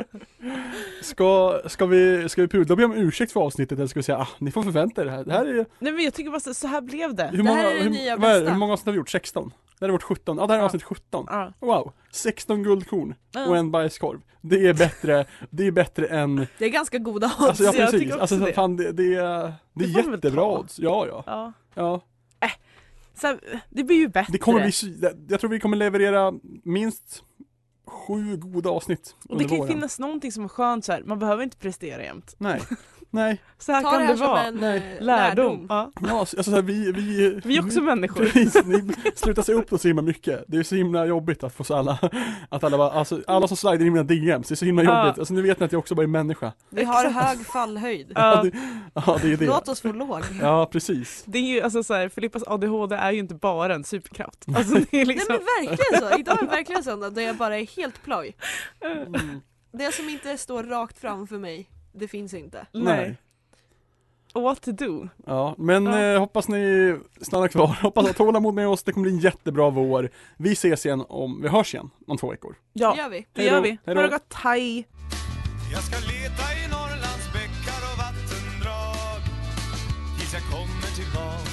Ska, ska vi, ska vi pudla och be om ursäkt för avsnittet, eller ska vi säga, ah, ni får förvänta er det här. Det här är, Nej men jag tycker bara så, så här blev det. hur många, här är det hur, nya vad är, det? bästa. hur många avsnitt har vi gjort? sexton? Det här är vårt sjutton. Ja, det här är Ja. avsnitt sjutton. Ja. Wow, sexton guldkorn Ja. och en bajskorv. Det är bättre, det är bättre än, Det är ganska goda odds. alltså ja, jag precis. tycker också Alltså det. fan, det, det är, det Det är får man väl jättebra ta. odds. Ja, ja. Ja. Ja. Så här, det blir ju bättre. Det kommer bli, sy- jag tror vi kommer leverera minst sju goda avsnitt och det under kan ju våren. finnas någonting som är skönt så här. Man behöver inte prestera jämt. Nej, nej. Så här Ta kan det det, här som vara. en Nej. eh, Lärdom. Ja. Ja, alltså så här, vi, vi, Vi är också människor. Precis, ni slutar se upp så himla mycket. Det är så himla jobbigt att få så alla, att alla bara, alltså alla som slider in mina D Ms, det är så himla Ja. jobbigt. Alltså nu vet ni att jag också bara är människa. Vi har hög fallhöjd. Ja. det, ja, det är det. Låt oss få låg. Ja, precis. Det är ju alltså så här, Filippas A D H D är ju inte bara en superkraft. Alltså det är Nej liksom... men verkligen så, idag är verkligen söndag där jag bara är helt ploj. Mm. Det som inte står rakt framför mig, det finns inte. Nej. Och what to do? Ja, men Ja. Eh, hoppas ni stannar kvar. Hoppas att tålamod med oss. Det kommer bli en jättebra vår. Vi ses igen om, vi hörs igen om två veckor. Ja, Det gör vi. det Hej då. gör vi. Hej Ha då. det gott, hej! Jag ska leta i Norrlands bäckar och vattendrag tills jag kommer tillbaka.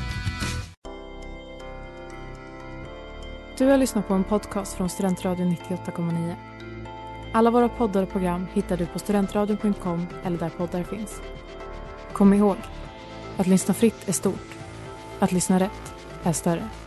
Du har lyssnat på en podcast från Studentradion nittioåtta komma nio. Alla våra poddar och program hittar du på studentradion punkt com eller där poddar finns. Kom ihåg, att lyssna fritt är stort. Att lyssna rätt är större.